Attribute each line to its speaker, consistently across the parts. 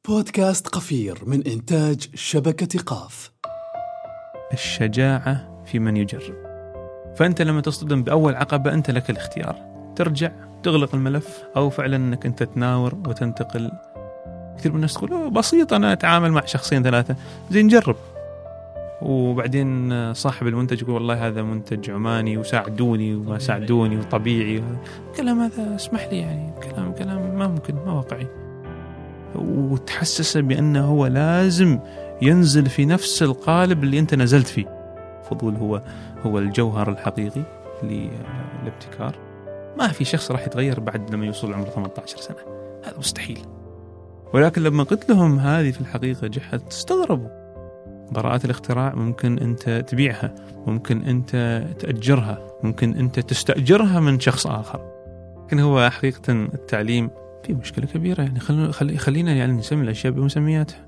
Speaker 1: بودكاست قفير من إنتاج شبكة قاف.
Speaker 2: الشجاعة في من يجرب. فأنت لما تصطدم بأول عقبة أنت لك الاختيار، ترجع تغلق الملف أو فعلا أنك أنت تناور وتنتقل. كثير من الناس تقول بسيط، أنا أتعامل مع شخصين ثلاثة، زين نجرب. وبعدين صاحب المنتج يقول والله هذا منتج عماني وساعدوني وما ساعدوني وطبيعي. كلام هذا اسمح لي يعني كلام ما ممكن، ما واقعي. وتحسسه بأنه هو لازم ينزل في نفس القالب اللي أنت نزلت فيه. فضول هو الجوهر الحقيقي للابتكار. ما في شخص راح يتغير بعد لما يوصل عمره 18 سنة، هذا مستحيل. ولكن لما قلت لهم هذه في الحقيقة جحد استغربوا. براءة الاختراع ممكن أنت تبيعها، ممكن أنت تأجرها، ممكن أنت تستأجرها من شخص آخر. لكن هو حقيقة التعليم في مشكلة كبيرة، يعني خلينا يعني نسمي الأشياء بمسمياتها.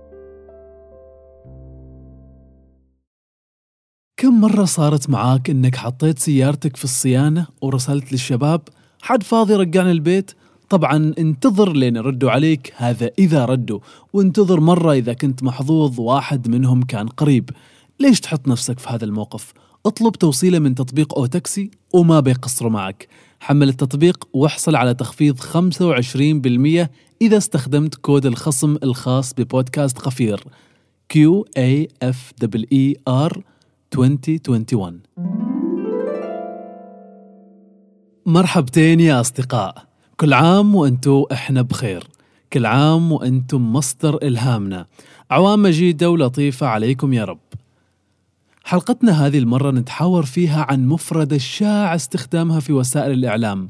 Speaker 1: كم مرة صارت معاك إنك حطيت سيارتك في الصيانة ورسلت للشباب حد فاضي رجعنا البيت؟ طبعا انتظر لين يردوا عليك، هذا إذا ردوا، وانتظر مرة إذا كنت محظوظ واحد منهم كان قريب. ليش تحط نفسك في هذا الموقف؟ اطلب توصيله من تطبيق أو تاكسي وما بيقصروا معك. حمل التطبيق واحصل على تخفيض 25% إذا استخدمت كود الخصم الخاص ببودكاست قفير QAFEER 2021. مرحبتين يا أصدقاء، كل عام وأنتم إحنا بخير، كل عام وأنتم مصدر إلهامنا، أعوام مجيدة ولطيفة عليكم يا رب. حلقتنا هذه المرة نتحاور فيها عن مفردة شائع استخدامها في وسائل الإعلام،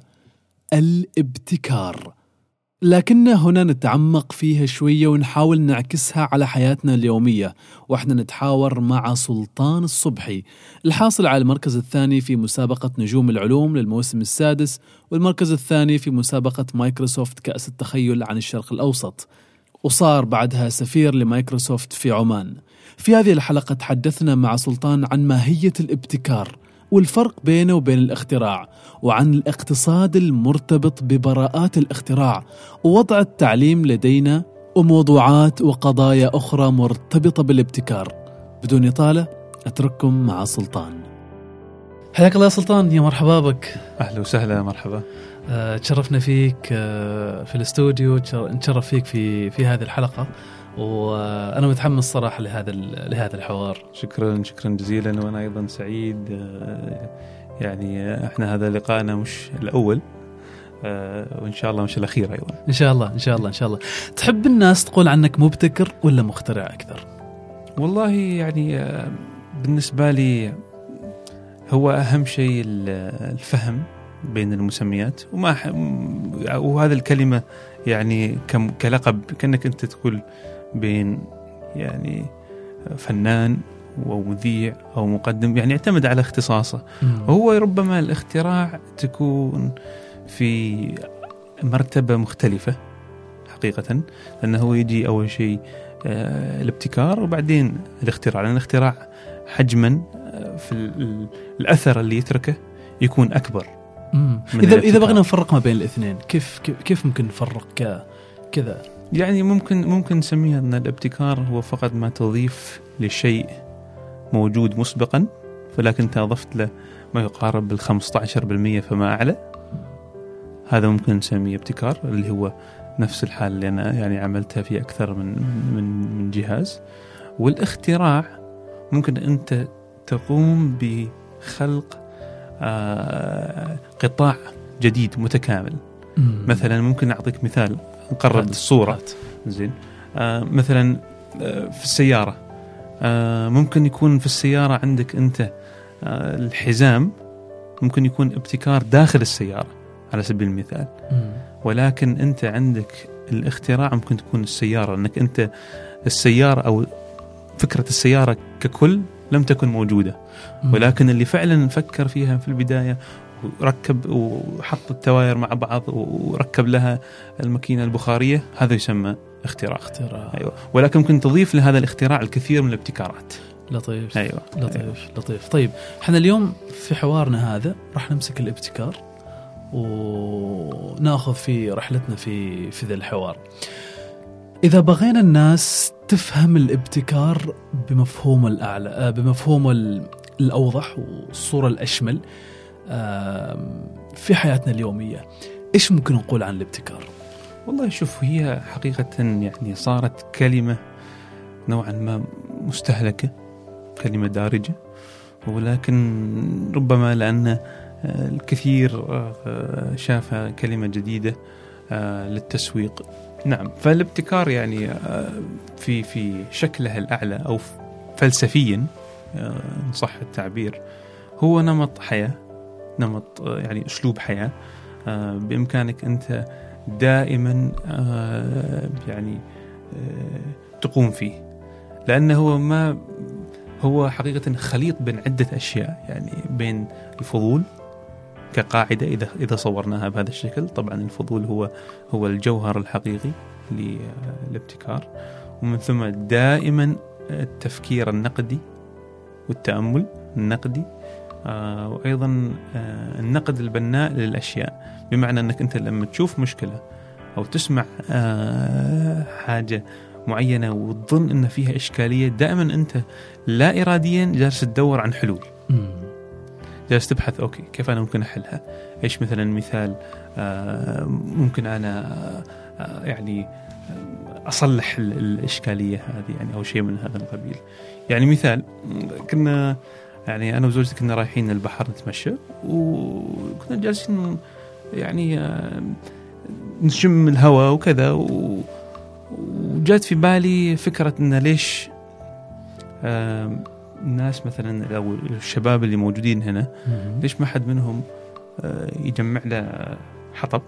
Speaker 1: الابتكار. لكن هنا نتعمق فيها شوية ونحاول نعكسها على حياتنا اليومية، وإحنا نتحاور مع سلطان الصبحي، الحاصل على المركز الثاني في مسابقة نجوم العلوم للموسم السادس، والمركز الثاني في مسابقة مايكروسوفت كأس التخيل عن الشرق الأوسط، وصار بعدها سفير لمايكروسوفت في عمان. في هذه الحلقة تحدثنا مع سلطان عن ماهية الابتكار والفرق بينه وبين الاختراع، وعن الاقتصاد المرتبط ببراءات الاختراع، ووضع التعليم لدينا، وموضوعات وقضايا أخرى مرتبطة بالابتكار. بدون إطالة أترككم مع سلطان. حياك الله يا سلطان، يا مرحبا بك.
Speaker 2: أهلا وسهلا، مرحبا.
Speaker 1: تشرفنا فيك في الاستوديو، نتشرف فيك في هذه الحلقة، وأنا متحمس صراحة لهذا الحوار.
Speaker 2: شكرا جزيلا، وأنا أيضا سعيد. يعني احنا هذا لقاءنا مش الأول، وإن شاء الله مش الأخير أيضا.
Speaker 1: إن شاء الله. تحب الناس تقول عنك مبتكر ولا مخترع أكثر؟
Speaker 2: والله يعني بالنسبة لي هو أهم شيء الفهم بين المسميات، وهذا الكلمة يعني كلقب، كأنك أنت تقول بين يعني فنان ومذيع أو مقدم، يعني يعتمد على اختصاصه. وهو ربما الاختراع تكون في مرتبة مختلفة حقيقة، لأنه يجي أول شيء الابتكار وبعدين الاختراع، لأن الاختراع حجما في الأثر اللي يتركه يكون أكبر.
Speaker 1: إذا بغينا نفرق ما بين الاثنين، كيف ممكن نفرق كذا؟
Speaker 2: يعني ممكن نسميها أن الابتكار هو فقط ما تضيف لشيء موجود مسبقا، فلكن أنت أضفت له ما يقارب 15% فما أعلى. هذا ممكن نسميه ابتكار، اللي هو نفس الحال اللي أنا يعني عملتها في أكثر من جهاز. والاختراع ممكن أنت تقوم بخلق قطاع جديد متكامل. مثلا ممكن أعطيك مثال نقرب الصورة. زين، مثلا في السيارة، ممكن يكون في السيارة عندك أنت الحزام ممكن يكون ابتكار داخل السيارة على سبيل المثال، ولكن أنت عندك الاختراع ممكن تكون السيارة، أنك أنت السيارة أو فكرة السيارة ككل لم تكن موجودة، ولكن اللي فعلا فكر فيها في البداية وركب وحط التواير مع بعض وركب لها الماكينة البخارية، هذا يسمى اختراع. أيوة. ولكن ممكن تضيف لهذا الاختراع الكثير من الابتكارات.
Speaker 1: لطيف.
Speaker 2: أيوة.
Speaker 1: لطيف. طيب احنا اليوم في حوارنا هذا راح نمسك الابتكار وناخذ في رحلتنا في ذا الحوار. إذا بغينا الناس تفهم الابتكار بمفهوم الأعلى، بمفهوم الأوضح والصورة الأشمل في حياتنا اليومية، إيش ممكن نقول عن الابتكار؟
Speaker 2: والله شوف، هي حقيقة يعني صارت كلمة نوعا ما مستهلكة، كلمة دارجة، ولكن ربما لأن الكثير شافها كلمة جديدة للتسويق. نعم، فالابتكار يعني في شكله الأعلى أو فلسفيا إن صح التعبير هو نمط حياة، نمط يعني أسلوب حياة بإمكانك أنت دائما يعني تقوم فيه، لأنه ما هو حقيقة خليط بين عدة أشياء، يعني بين الفضول كقاعدة إذا صورناها بهذا الشكل. طبعا الفضول هو الجوهر الحقيقي للابتكار، ومن ثم دائما التفكير النقدي والتأمل النقدي، وأيضا النقد البناء للأشياء، بمعنى أنك أنت لما تشوف مشكلة أو تسمع حاجة معينة وتظن أن فيها إشكالية، دائما أنت لا إراديا جالس تدور عن حلول، جالس تبحث أوكي كيف أنا ممكن أحلها، إيش مثلا مثال ممكن أنا يعني أصلح الإشكالية هذه يعني، أو شيء من هذا القبيل. يعني مثال، كنا يعني أنا وزوجتي كنا رايحين البحر نتمشى، وكنا جالسين يعني نشم الهواء وكذا، وجات في بالي فكرة إن ليش الناس مثلا أو الشباب اللي موجودين هنا ليش ما حد منهم يجمع له حطب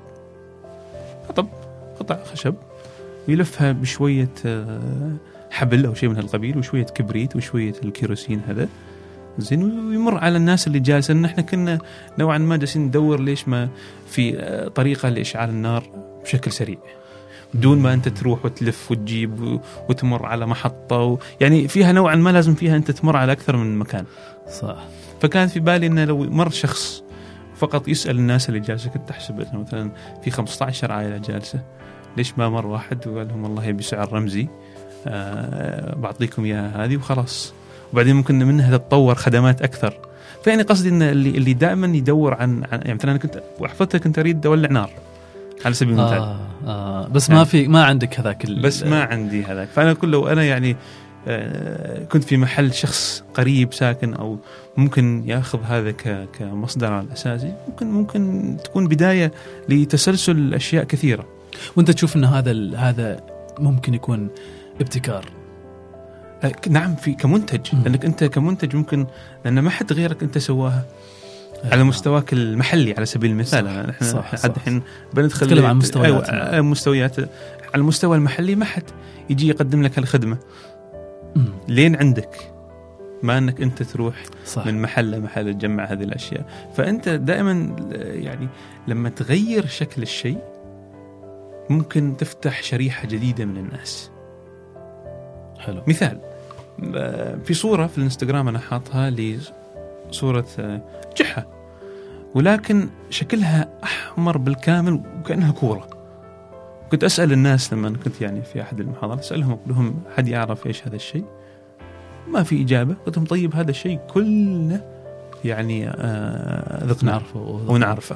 Speaker 2: قطع خشب ويلفها بشوية حبل أو شيء من هالقبيل وشوية كبريت وشوية الكيروسين هذا زين، ويمر على الناس اللي جالسة. إن إحنا كنا نوعا ما جالسين ندور ليش ما في طريقة لإشعال النار بشكل سريع بدون ما أنت تروح وتلف وتجيب وتمر على محطة يعني فيها نوعا ما لازم فيها أنت تمر على أكثر من مكان.
Speaker 1: صح.
Speaker 2: فكان في بالي إنه لو مر شخص فقط يسأل الناس اللي جالسة، كنت أحسب مثلا في 15 عائلة جالسة، ليش ما مر واحد وقال لهم والله بسعر رمزي بعطيكم إياها هذه وخلاص، وبعدين ممكن منها تتطور خدمات أكثر. فيعني قصدي إن اللي دائما يدور عن يعني مثلا أنا كنت وحفظتها كنت أريد أولع نار على سبيل المثال
Speaker 1: بس يعني ما عندك هذاك
Speaker 2: بس ما عندي هذاك. فأنا لو أنا يعني كنت في محل شخص قريب ساكن أو ممكن يأخذ هذا كمصدر الأساسي، ممكن تكون بداية لتسلسل الأشياء كثيرة.
Speaker 1: وأنت تشوف أن هذا ممكن يكون ابتكار؟
Speaker 2: نعم، في كمنتج، لأنك أنت كمنتج ممكن، لأن ما حد غيرك أنت سواها على مستواك المحلي على سبيل المثال. نحن الحين بندخل
Speaker 1: نتكلم عن مستويات
Speaker 2: مستويات على المستوى المحلي، ما حد يجي يقدم لك الخدمة لين عندك، ما أنك أنت تروح صح. من محل لمحل تجمع هذه الأشياء. فأنت دائما يعني لما تغير شكل الشيء ممكن تفتح شريحة جديدة من الناس.
Speaker 1: حلو.
Speaker 2: مثال، في صورة في الانستغرام أنا حاطها لصورة جحة، ولكن شكلها أحمر بالكامل وكأنها كورة. كنت أسأل الناس لما كنت يعني في أحد المحاضرات أسألهم لهم حد يعرف إيش هذا الشيء؟ ما في إجابة. قلت لهم طيب هذا الشيء كلنا يعني ذقنا ونعرفه.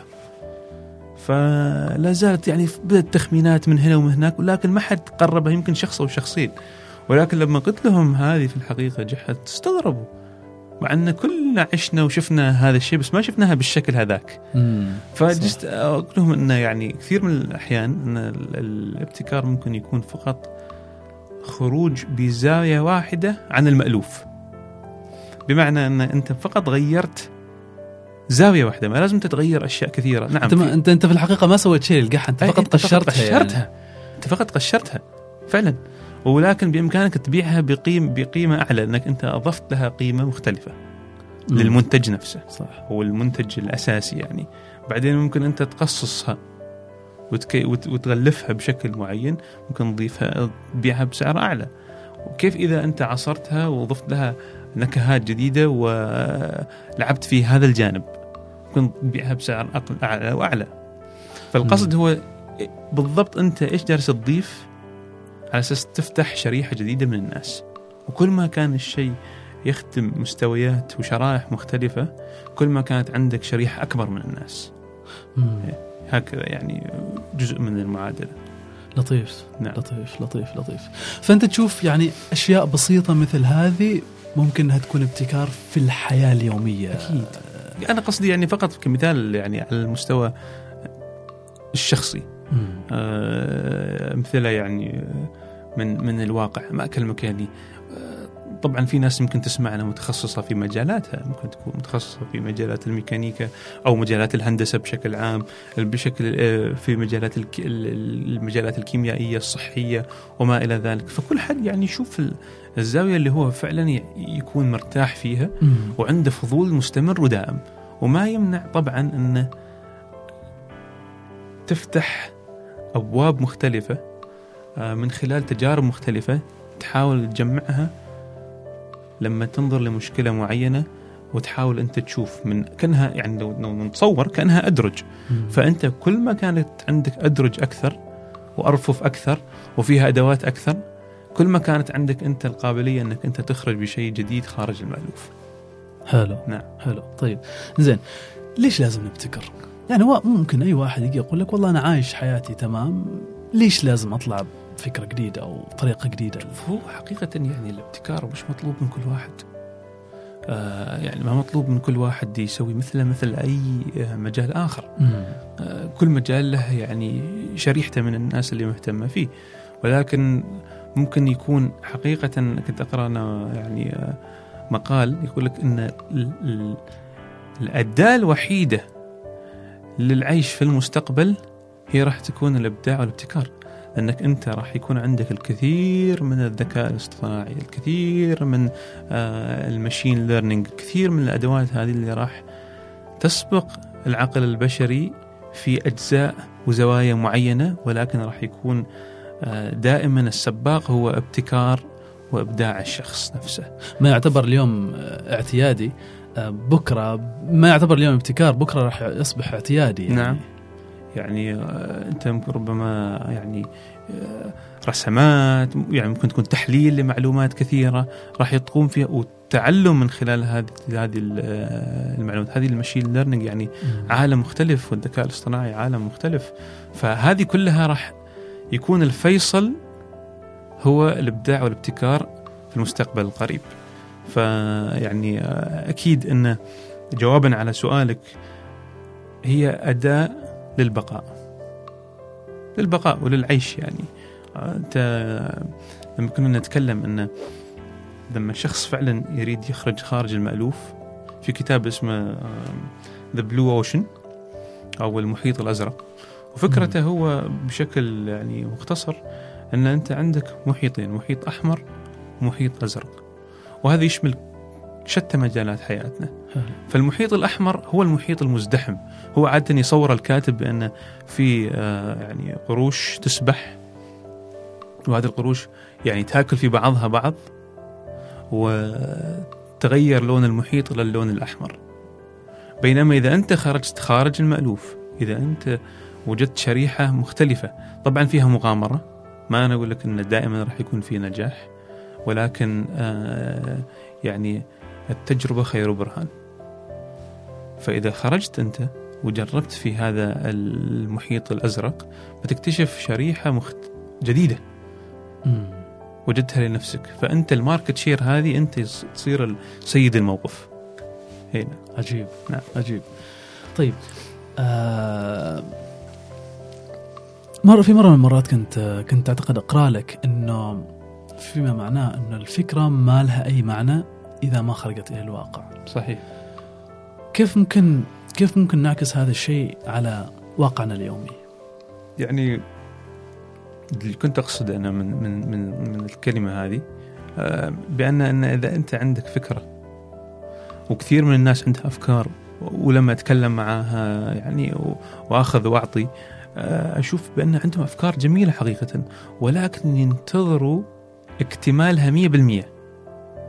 Speaker 2: فلا زالت يعني بدأت تخمينات من هنا ومن هناك، ولكن ما حد قربها، يمكن شخص أو شخصين. ولكن لما قلت لهم هذه في الحقيقة جحة استغربوا، مع أن كلنا عشنا وشفنا هذا الشيء بس ما شفناها بالشكل هذاك. فجست أقول لهم أنه يعني كثير من الأحيان أن الابتكار ممكن يكون فقط خروج بزاوية واحدة عن المألوف، بمعنى أن أنت فقط غيرت زاوية واحدة، ما لازم تتغير أشياء كثيرة. نعم،
Speaker 1: أنت في الحقيقة ما سويت شيء القحة، أنت فقط قشرتها يعني.
Speaker 2: أنت فقط قشرتها فعلا، ولكن بإمكانك تبيعها بقيمة أعلى، أنك أنت أضفت لها قيمة مختلفة للمنتج نفسه.
Speaker 1: صح.
Speaker 2: هو المنتج الأساسي يعني. بعدين ممكن أنت تقصصها وتغلفها بشكل معين، ممكن تضيفها تبيعها بسعر أعلى. وكيف إذا أنت عصرتها وضفت لها نكهات جديدة ولعبت في هذا الجانب، ممكن تبيعها بسعر أعلى وأعلى. فالقصد هو بالضبط أنت إيش جالس تضيف على أساس تفتح شريحة جديدة من الناس. وكل ما كان الشيء يخدم مستويات وشرائح مختلفة كل ما كانت عندك شريحة أكبر من الناس. هكذا يعني جزء من المعادلة.
Speaker 1: لطيف.
Speaker 2: نعم.
Speaker 1: لطيف. فأنت تشوف يعني أشياء بسيطة مثل هذه ممكن أنها تكون ابتكار في الحياة اليومية.
Speaker 2: أكيد. أنا قصدي يعني فقط كمثال يعني على المستوى الشخصي. مثلا يعني من الواقع، ما أكلمك يعني طبعا في ناس ممكن تسمعنا متخصصة في مجالاتها، ممكن تكون متخصصة في مجالات الميكانيكا أو مجالات الهندسة بشكل عام، في المجالات الكيميائية الصحية وما إلى ذلك. فكل حد يعني يشوف الزاوية اللي هو فعلا يكون مرتاح فيها وعنده فضول مستمر ودائم. وما يمنع طبعا أنه تفتح أبواب مختلفة من خلال تجارب مختلفة تحاول تجمعها لما تنظر لمشكلة معينة وتحاول أنت تشوف من كأنها يعني لو نتصور كأنها أدرج. فأنت كل ما كانت عندك أدرج أكثر وأرفف أكثر وفيها أدوات أكثر كل ما كانت عندك أنت القابلية أنك أنت تخرج بشيء جديد خارج المألوف.
Speaker 1: حلو.
Speaker 2: نعم.
Speaker 1: حلو. طيب زين، ليش لازم نبتكر؟ يعني هو ممكن أي واحد يجي يقول لك والله أنا عايش حياتي تمام، ليش لازم أطلع فكرة جديدة أو طريقة جديدة؟
Speaker 2: هو حقيقة يعني الابتكار مش مطلوب من كل واحد. يعني ما مطلوب من كل واحد يسوي مثل أي مجال آخر. كل مجال له يعني شريحته من الناس اللي مهتمة فيه، ولكن ممكن يكون حقيقة كنت أقرأ أنا يعني مقال يقول لك إن الأداة الوحيدة للعيش في المستقبل هي راح تكون الإبداع والابتكار، لأنك أنت راح يكون عندك الكثير من الذكاء الاصطناعي، الكثير من الماشين ليرنينج، الكثير من الأدوات هذه اللي راح تسبق العقل البشري في أجزاء وزوايا معينة، ولكن راح يكون دائما السباق هو ابتكار وإبداع الشخص نفسه.
Speaker 1: ما يعتبر اليوم اعتيادي بكرة، ما يعتبر اليوم ابتكار بكرة راح يصبح اعتيادي يعني.
Speaker 2: نعم. يعني أنت ربما يعني رسمات، يعني ممكن تكون تحليل لمعلومات كثيرة راح تقوم فيها وتعلم من خلال هذه المعلومات. هذه الماشين ليرنينج يعني عالم مختلف، والذكاء الاصطناعي عالم مختلف. فهذه كلها راح يكون الفيصل هو الإبداع والابتكار في المستقبل القريب. فيعني أكيد أن جوابا على سؤالك هي أداة للبقاء وللعيش. يعني أنت لما كنا نتكلم أن لما شخص فعلا يريد يخرج خارج المألوف، في كتاب اسمه The Blue Ocean أو المحيط الأزرق، وفكرته هو بشكل يعني مختصر أن أنت عندك محيطين، محيط أحمر ومحيط أزرق، وهذا يشمل شتى مجالات حياتنا. فالمحيط الأحمر هو المحيط المزدحم، هو عادة يصور الكاتب بأن في يعني قروش تسبح، وهذه القروش يعني تاكل في بعضها بعض وتغير لون المحيط إلى اللون الأحمر. بينما إذا أنت خرجت خارج المألوف، إذا أنت وجدت شريحة مختلفة، طبعا فيها مغامرة، ما أنا أقول لك أن دائما راح يكون في نجاح، ولكن يعني التجربة خير برهان. فإذا خرجت أنت وجربت في هذا المحيط الأزرق بتكتشف شريحة جديدة وجدتها لنفسك، فأنت الماركت شير هذه أنت تصير سيد الموقف هنا.
Speaker 1: عجيب.
Speaker 2: نعم.
Speaker 1: عجيب. طيب مرة من المرات كنت أعتقد أقرأ لك إنه فيما معناه أن الفكرة ما لها أي معنى إذا ما خرجت إلى الواقع.
Speaker 2: صحيح.
Speaker 1: كيف ممكن نعكس هذا الشيء على واقعنا اليومي؟
Speaker 2: يعني اللي كنت أقصد أنا من الكلمة هذه بأن إذا أنت عندك فكرة، وكثير من الناس عندها أفكار، ولما أتكلم معها يعني وأخذ وأعطي أشوف بأن عندهم أفكار جميلة حقيقة، ولكن ينتظروا اكتمالها 100%.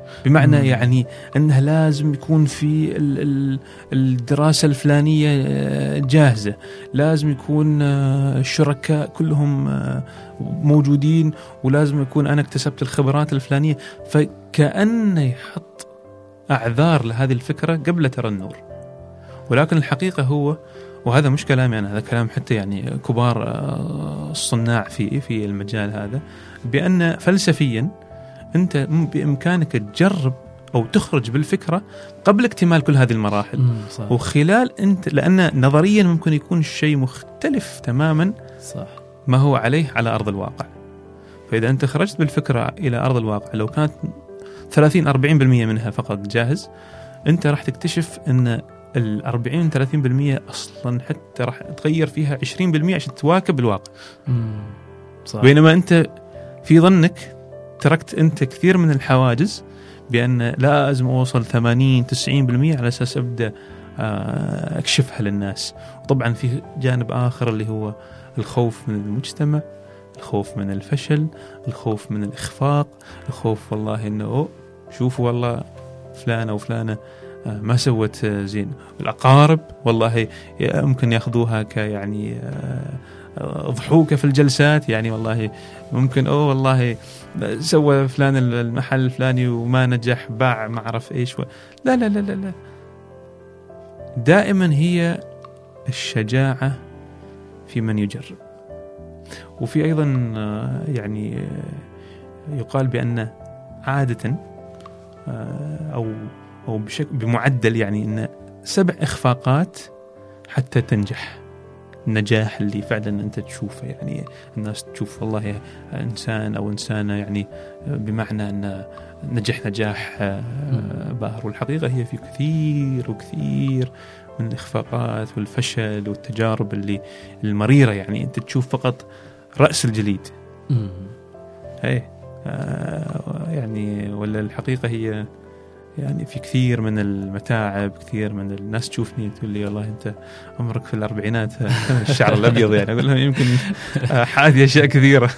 Speaker 2: بمعنى يعني أنها لازم يكون في الدراسة الفلانية جاهزة، لازم يكون الشركاء كلهم موجودين، ولازم يكون أنا اكتسبت الخبرات الفلانية. فكأنه يحط أعذار لهذه الفكرة قبل ترى النور. ولكن الحقيقة هو، وهذا مش كلامي أنا، هذا كلام حتى يعني كبار الصناع في المجال هذا، بأن فلسفيا أنت بإمكانك تجرب أو تخرج بالفكرة قبل اكتمال كل هذه المراحل. وخلال أنت، لأن نظريا ممكن يكون الشيء مختلف تماما صح ما هو عليه على أرض الواقع. فإذا أنت خرجت بالفكرة إلى أرض الواقع، لو كانت 30-40% منها فقط جاهز، أنت راح تكتشف أن 40-30% أصلا حتى راح تغير فيها 20% عشان تواكب الواقع. صح. بينما أنت في ظنك تركت أنت كثير من الحواجز، بأن لازم أوصل 80-90% على أساس أبدأ أكشفها للناس. وطبعا في جانب آخر اللي هو الخوف من المجتمع، الخوف من الفشل، الخوف من الإخفاق، الخوف والله إنه شوفوا والله فلانة وفلانة ما سوت زين. الأقارب والله ممكن يأخذوها يعني ضحوكة في الجلسات، يعني والله ممكن والله سوى فلان المحل الفلاني وما نجح، باع ما أعرف إيش لا لا لا لا لا. دائما هي الشجاعة في من يجرب. وفي أيضا يعني يقال بأن عادة أو بمعدل يعني أن 7 إخفاقات حتى تنجح. النجاح اللي فعلا أنت تشوفه، يعني الناس تشوف والله إنسان أو إنسانة يعني بمعنى أن نجح نجاح باهر، والحقيقة هي في كثير وكثير من الإخفاقات والفشل والتجارب اللي المريرة. يعني أنت تشوف فقط رأس الجليد يعني، ولا الحقيقة هي يعني في كثير من المتاعب، كثير من الناس تشوفني تقول لي والله أنت عمرك في الأربعينات الشعر الأبيض، يعني أقول لهم يمكن حادي أشياء كثيرة.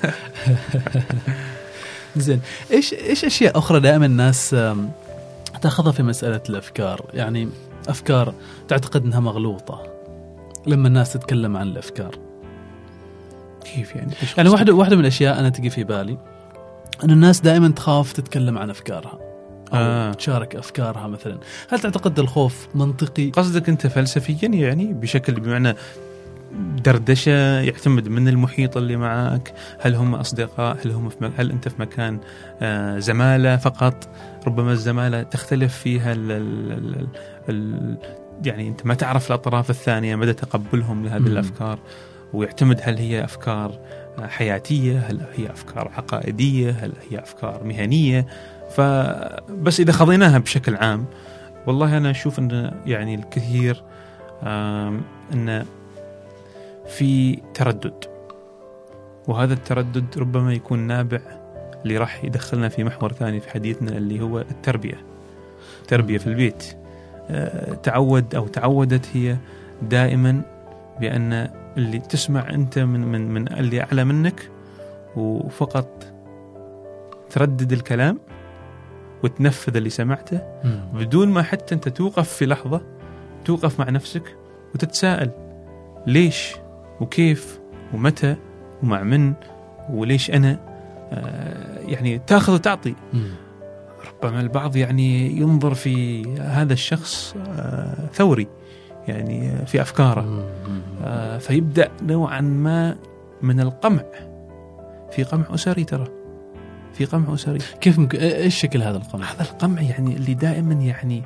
Speaker 1: زين، إيش أشياء أخرى دائما الناس تأخذها في مسألة الأفكار؟ يعني أفكار تعتقد أنها مغلوطة لما الناس تتكلم عن الأفكار.
Speaker 2: كيف يعني؟
Speaker 1: يعني واحدة من الأشياء أنا تجي في بالي أن الناس دائما تخاف تتكلم عن أفكارها أو تشارك أفكارها مثلا. هل تعتقد الخوف منطقي؟
Speaker 2: قصدك أنت فلسفيا يعني بشكل بمعنى دردشة يعتمد من المحيط اللي معك؟ هل هم أصدقاء؟ هل أنت في مكان زمالة فقط؟ ربما الزمالة تختلف فيها يعني أنت ما تعرف الأطراف الثانية مدى تقبلهم لهذه الأفكار، ويعتمد هل هي أفكار حياتية، هل هي أفكار عقائدية، هل هي أفكار مهنية. فبس إذا خضيناها بشكل عام، والله أنا أشوف أن يعني الكثير أن في تردد، وهذا التردد ربما يكون نابع اللي راح يدخلنا في محور ثاني في حديثنا اللي هو التربية في البيت. تعود أو تعودت هي دائما بأن اللي تسمع أنت من اللي أعلى منك، وفقط تردد الكلام وتنفذ اللي سمعته بدون ما حتى أنت توقف في لحظة، توقف مع نفسك وتتساءل ليش وكيف ومتى ومع من وليش أنا. يعني تأخذ وتعطي. ربما البعض يعني ينظر في هذا الشخص ثوري يعني في أفكاره، فيبدأ نوعا ما من القمع. في قمع أسري، ترى في قمع أسري.
Speaker 1: كيف إيش شكل هذا القمع؟
Speaker 2: هذا القمع يعني اللي دائما يعني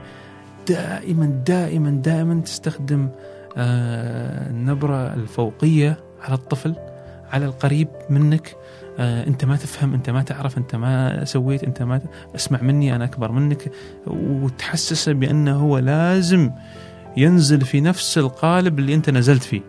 Speaker 2: دائما تستخدم النبرة الفوقية على الطفل، على القريب منك. أنت ما تفهم، أنت ما تعرف، أنت ما سويت، أنت ما اسمع مني، أنا أكبر منك، وتحسسه بأنه هو لازم ينزل في نفس القالب اللي أنت نزلت فيه.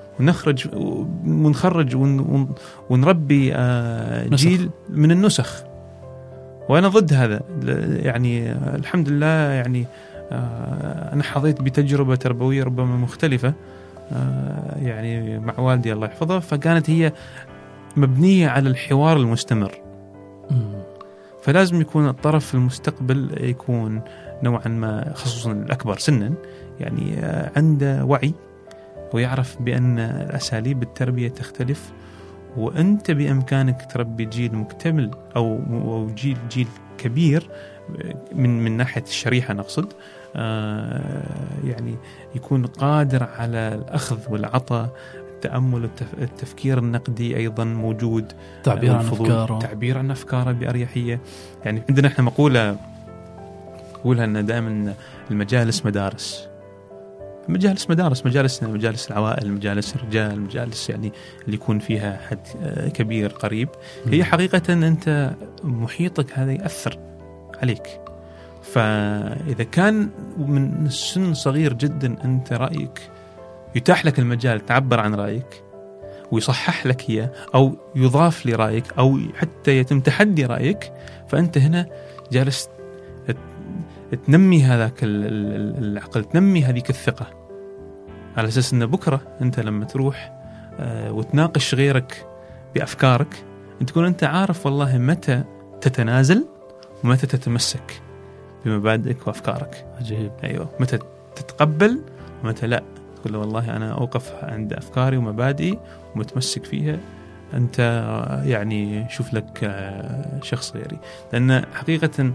Speaker 2: ونخرج ونربي جيل من النسخ. وأنا ضد هذا يعني. الحمد لله يعني أنا حظيت بتجربة تربوية ربما مختلفة يعني مع والدي الله يحفظه، فكانت هي مبنية على الحوار المستمر. فلازم يكون الطرف في المستقبل يكون نوعا ما، خصوصا الأكبر سنا، يعني عنده وعي ويعرف بأن أساليب التربية تختلف، وأنت بإمكانك تربي جيل مكتمل أو جيل كبير من ناحية الشريحة نقصد، يعني يكون قادر على الأخذ والعطاء، التأمل، التفكير النقدي أيضا موجود، تعبير عن أفكاره بأريحية. يعني عندنا إحنا مقولة أقولها أن دائما المجالس مدارس، مجالسنا، مجالس العوائل، مجالس الرجال، مجالس يعني اللي يكون فيها حد كبير قريب، هي حقيقة أنت محيطك هذا يأثر عليك. فإذا كان من السن صغير جدا أنت رأيك يتاح لك المجال تعبر عن رأيك ويصحح لك إياه أو يضاف لرأيك أو حتى يتم تحدي رأيك، فأنت هنا جالس تنمي هذاك العقل، تنمي هذيك الثقة، على أساس أن بكرة أنت لما تروح وتناقش غيرك بأفكارك أنت تكون أنت عارف والله متى تتنازل ومتى تتمسك بمبادئك وأفكارك.
Speaker 1: عجيب.
Speaker 2: أيوة، متى تتقبل ومتى لا، تقول له والله أنا أوقف عند أفكاري ومبادئي ومتمسك فيها، أنت يعني شوف لك شخص غيري. لأن حقيقة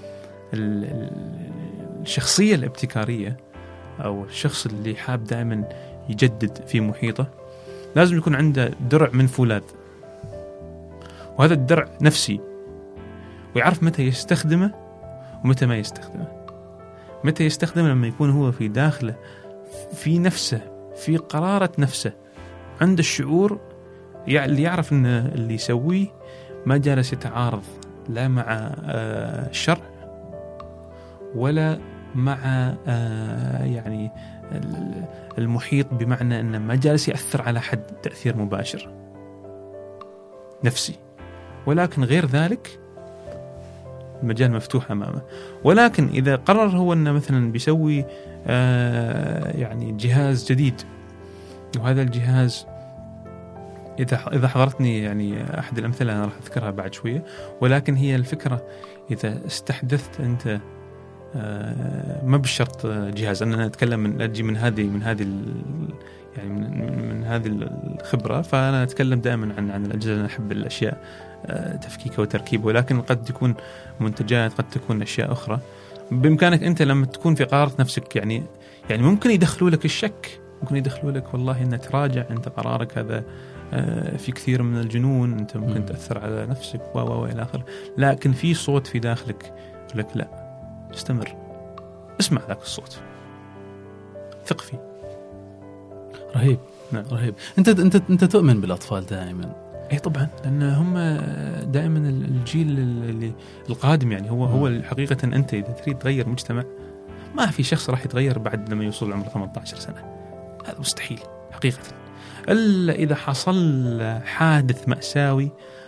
Speaker 2: الشخصية الابتكارية أو الشخص اللي حاب دائما يجدد في محيطه لازم يكون عنده درع من فولاذ، وهذا الدرع نفسي، ويعرف متى يستخدمه ومتى ما يستخدمه. متى يستخدمه لما يكون هو في داخله، في نفسه، في قرارة نفسه، عند الشعور اللي يعرف أن اللي يسويه ما جالس يتعارض لا مع الشرع ولا مع يعني المحيط، بمعنى أنه ما جالس يأثر على حد تأثير مباشر نفسي، ولكن غير ذلك المجال مفتوح أمامه. ولكن إذا قرر هو أنه مثلا بيسوي يعني جهاز جديد، وهذا الجهاز إذا حضرتني يعني أحد الأمثلة أنا راح أذكرها بعد شوية، ولكن هي الفكرة إذا استحدثت أنت ما بالشرط جهاز، أنا أتكلم من هذه يعني من هذه الخبرة، فأنا أتكلم دائما عن الأجهزة. أنا أحب الأشياء تفكيكه وتركيبه، ولكن قد تكون منتجات، قد تكون أشياء أخرى. بإمكانك أنت لما تكون في قرارة نفسك يعني ممكن يدخلوا لك الشك، ممكن يدخلوا لك والله إن تراجع أنت قرارك هذا في كثير من الجنون، أنت ممكن تأثر على نفسك وإلى آخره. لكن في صوت في داخلك يقول لك لا، استمر، اسمع ذاك الصوت، ثق فيه.
Speaker 1: رهيب. نعم. رهيب. أنت تؤمن بالأطفال دائما؟
Speaker 2: إيه طبعا، لأن هم دائما الجيل القادم، يعني هو حقيقة أنت إذا تريد تغير مجتمع ما في شخص راح يتغير بعد لما يوصل عمره 18 سنة، هذا مستحيل حقيقة، إلا إذا حصل حادث مأساوي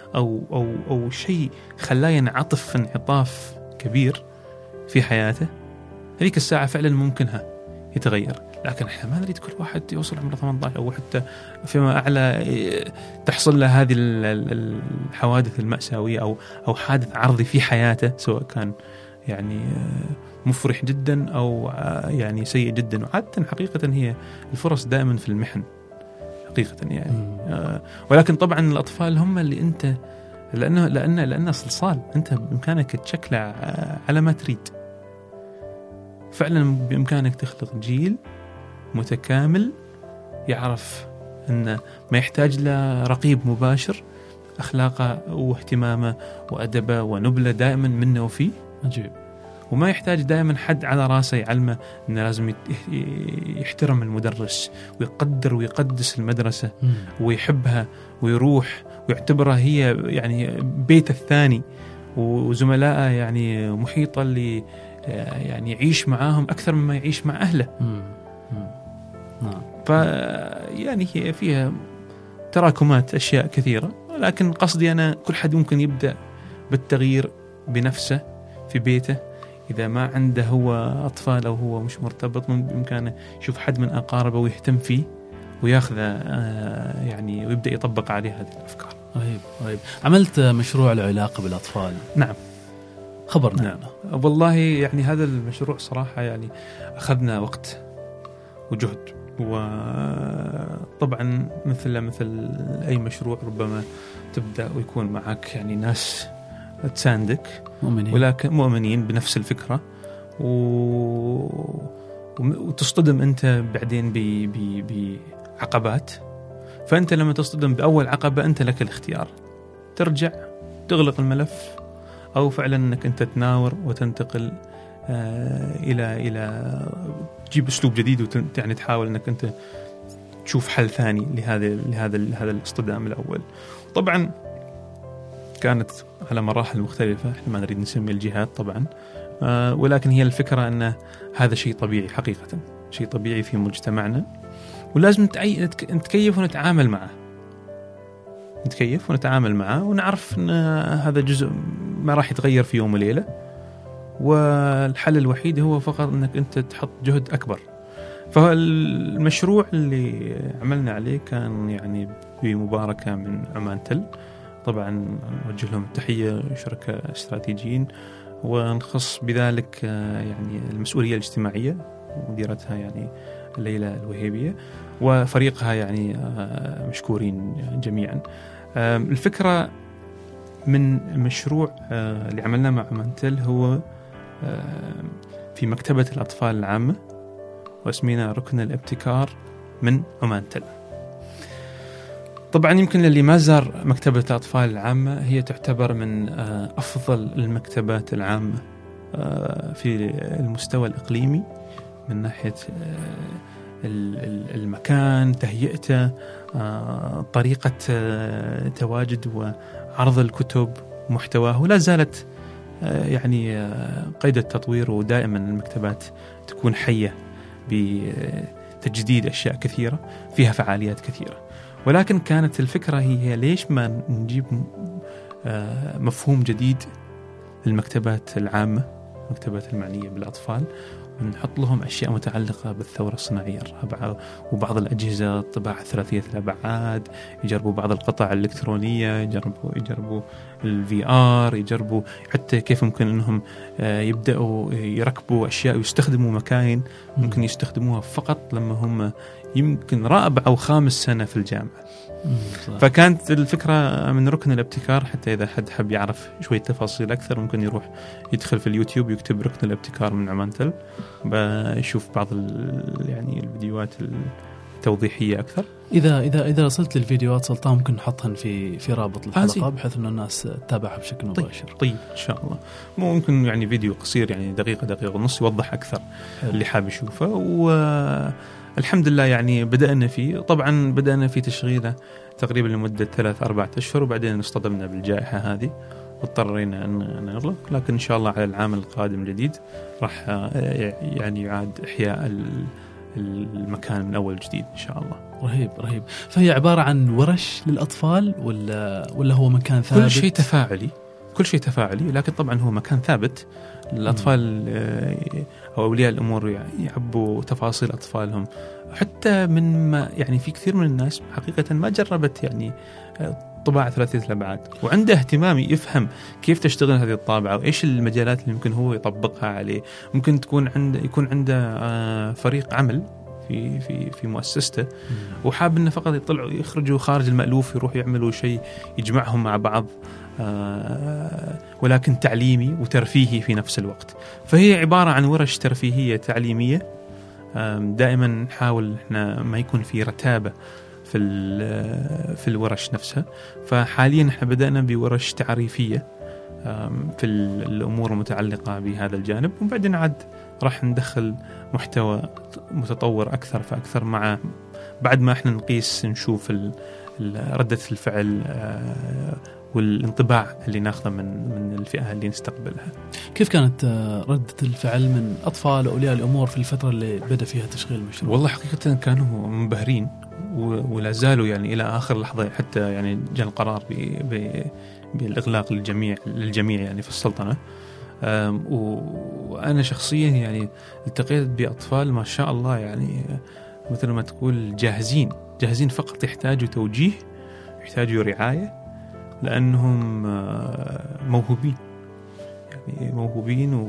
Speaker 2: أو شيء خلاه ينعطف انعطاف كبير في حياته، هذيك الساعة فعلا ممكنها يتغير. لكن احنا ما نريد كل واحد يوصل عمره 18 أو حتى فيما أعلى تحصل له هذه الحوادث المأساوية أو حادث عرضي في حياته، سواء كان يعني مفرح جدا أو يعني سيء جدا. وعادة حقيقة هي الفرص دائما في المحن حقيقة يعني. ولكن طبعا الأطفال هم اللي أنت لأنه صلصال، أنت بإمكانك تشكله على ما تريد. فعلا بإمكانك تخلق جيل متكامل يعرف أنه ما يحتاج لرقيب مباشر، أخلاقه واهتمامه وأدبه ونبله دائما منه وفيه.
Speaker 1: عجيب.
Speaker 2: وما يحتاج دائما حد على راسه يعلمه أنه لازم يحترم المدرس ويقدر ويقدس المدرسة ويحبها ويروح ويعتبرها هي يعني بيته الثاني، وزملائه يعني محيطه اللي يعني يعيش معاهم أكثر مما يعيش مع أهله. فيعني هي فيها تراكمات أشياء كثيرة، ولكن قصدي أنا كل حد ممكن يبدأ بالتغيير بنفسه في بيته. إذا ما عنده هو أطفال أو هو مش مرتبط، بإمكانه يشوف حد من أقاربه ويهتم فيه وياخذه يعني ويبدأ يطبق عليه هذه الأفكار.
Speaker 1: رهيب. عملت مشروع العلاقة بالأطفال.
Speaker 2: نعم.
Speaker 1: خبرنا.
Speaker 2: نعم. والله يعني هذا المشروع صراحة يعني أخذنا وقت وجهد، وطبعا مثل أي مشروع ربما تبدأ ويكون معك يعني ناس تساندك ولكن مؤمنين بنفس الفكرة، وتصطدم أنت بعدين بعقبات. فأنت لما تصطدم بأول عقبة أنت لك الاختيار، ترجع تغلق الملف، أو فعلا أنك أنت تناور وتنتقل إلى تجيب أسلوب جديد يعني تحاول أنك أنت تشوف حل ثاني لهذا الاصطدام الأول. طبعا كانت على مراحل مختلفة، احنا ما نريد نسمي الجهات طبعا، ولكن هي الفكرة أن هذا شيء طبيعي، حقيقة شيء طبيعي في مجتمعنا، ولازم نتكيف ونتعامل معه، نتكيف ونتعامل معه، ونعرف أن هذا جزء ما راح يتغير في يوم وليلة، والحل الوحيد هو فقط أنك أنت تحط جهد أكبر. فالمشروع اللي عملنا عليه كان يعني بمباركة من عمان تل، طبعا نوجه لهم التحية، شركاء استراتيجيين، ونخص بذلك يعني المسؤولية الاجتماعية مديرتها يعني ليلى الوهيبية وفريقها يعني مشكورين جميعا. الفكرة من مشروع اللي عملناه مع عمان تل هو في مكتبة الأطفال العامة، واسمينا ركن الابتكار من عمان تل. طبعا يمكن للي ما زار مكتبة الأطفال العامة، هي تعتبر من أفضل المكتبات العامة في المستوى الإقليمي من ناحية المكان، تهيئته، طريقة تواجد وعرض الكتب ومحتواه، ولا زالت يعني قيد التطوير، ودائما المكتبات تكون حية بتجديد أشياء كثيرة، فيها فعاليات كثيرة. ولكن كانت الفكرة هي ليش ما نجيب مفهوم جديد للمكتبات العامة، المكتبات المعنية بالأطفال، ونحط لهم أشياء متعلقة بالثورة الصناعية الرابعة، وبعض الأجهزة الطباعة ثلاثية الأبعاد، يجربوا بعض القطع الإلكترونية، يجربوا الVR، يجربوا حتى كيف ممكن أنهم يبدأوا يركبوا أشياء ويستخدموا مكاين ممكن يستخدموها فقط لما هم يمكن رابع أو خامس سنة في الجامعة. فكانت الفكرة من ركن الابتكار، حتى إذا حد حب يعرف شوية تفاصيل أكثر ممكن يروح يدخل في اليوتيوب يكتب ركن الابتكار من عمان تل، بيشوف بعض يعني الفيديوهات التوضيحية أكثر.
Speaker 1: إذا وصلت للفيديوهات سلطان ممكن نحطهن في رابط الحلقة بحيث إنه الناس تتابعها بشكل مباشر.
Speaker 2: طيب إن شاء الله. ممكن يعني فيديو قصير يعني دقيقة ونص يوضح أكثر اللي حاب يشوفه. والحمد لله يعني بدأنا فيه، طبعا بدأنا في تشغيله تقريبا لمدة 3-4 أشهر، وبعدين اصطدمنا بالجائحة هذه واضطرينا أن نغلق. لكن إن شاء الله على العام القادم الجديد راح يعني يعاد إحياء المكان من أول جديد إن شاء الله.
Speaker 1: رهيب. فهي عبارة عن ورش للأطفال ولا هو مكان ثابت؟
Speaker 2: كل شيء تفاعلي، لكن طبعا هو مكان ثابت. الأطفال أو أولياء الأمور يعبوا تفاصيل أطفالهم، حتى من ما يعني في كثير من الناس حقيقة ما جربت يعني طباعة ثلاثية الأبعاد، وعنده اهتمام يفهم كيف تشتغل هذه الطابعة وإيش المجالات اللي ممكن هو يطبقها عليه. ممكن يكون عنده فريق عمل في مؤسسته، وحاب إنه فقط يطلعوا يخرجوا خارج المألوف، يروحوا يعملوا شيء يجمعهم مع بعض، ولكن تعليمي وترفيهي في نفس الوقت. فهي عبارة عن ورش ترفيهية تعليمية. دائما نحاول إحنا ما يكون في رتابة في الورش نفسها. فحاليا احنا بدأنا بورش تعريفية في الأمور المتعلقة بهذا الجانب، وبعدين عاد راح ندخل محتوى متطور أكثر فأكثر مع بعد ما احنا نقيس نشوف ردة الفعل والانطباع اللي ناخذه من الفئة اللي نستقبلها.
Speaker 1: كيف كانت ردة الفعل من أطفال وأولياء الأمور في الفترة اللي بدأ فيها تشغيل المشروع؟
Speaker 2: والله حقيقة كانوا منبهرين ولا زالوا يعني إلى آخر لحظة، حتى يعني جاء القرار بالإغلاق للجميع يعني في السلطنة. وأنا شخصيا يعني التقيت بأطفال ما شاء الله يعني مثل ما تقول جاهزين فقط يحتاجوا توجيه، يحتاجوا رعاية، لأنهم موهوبين. يعني يعني موهوبين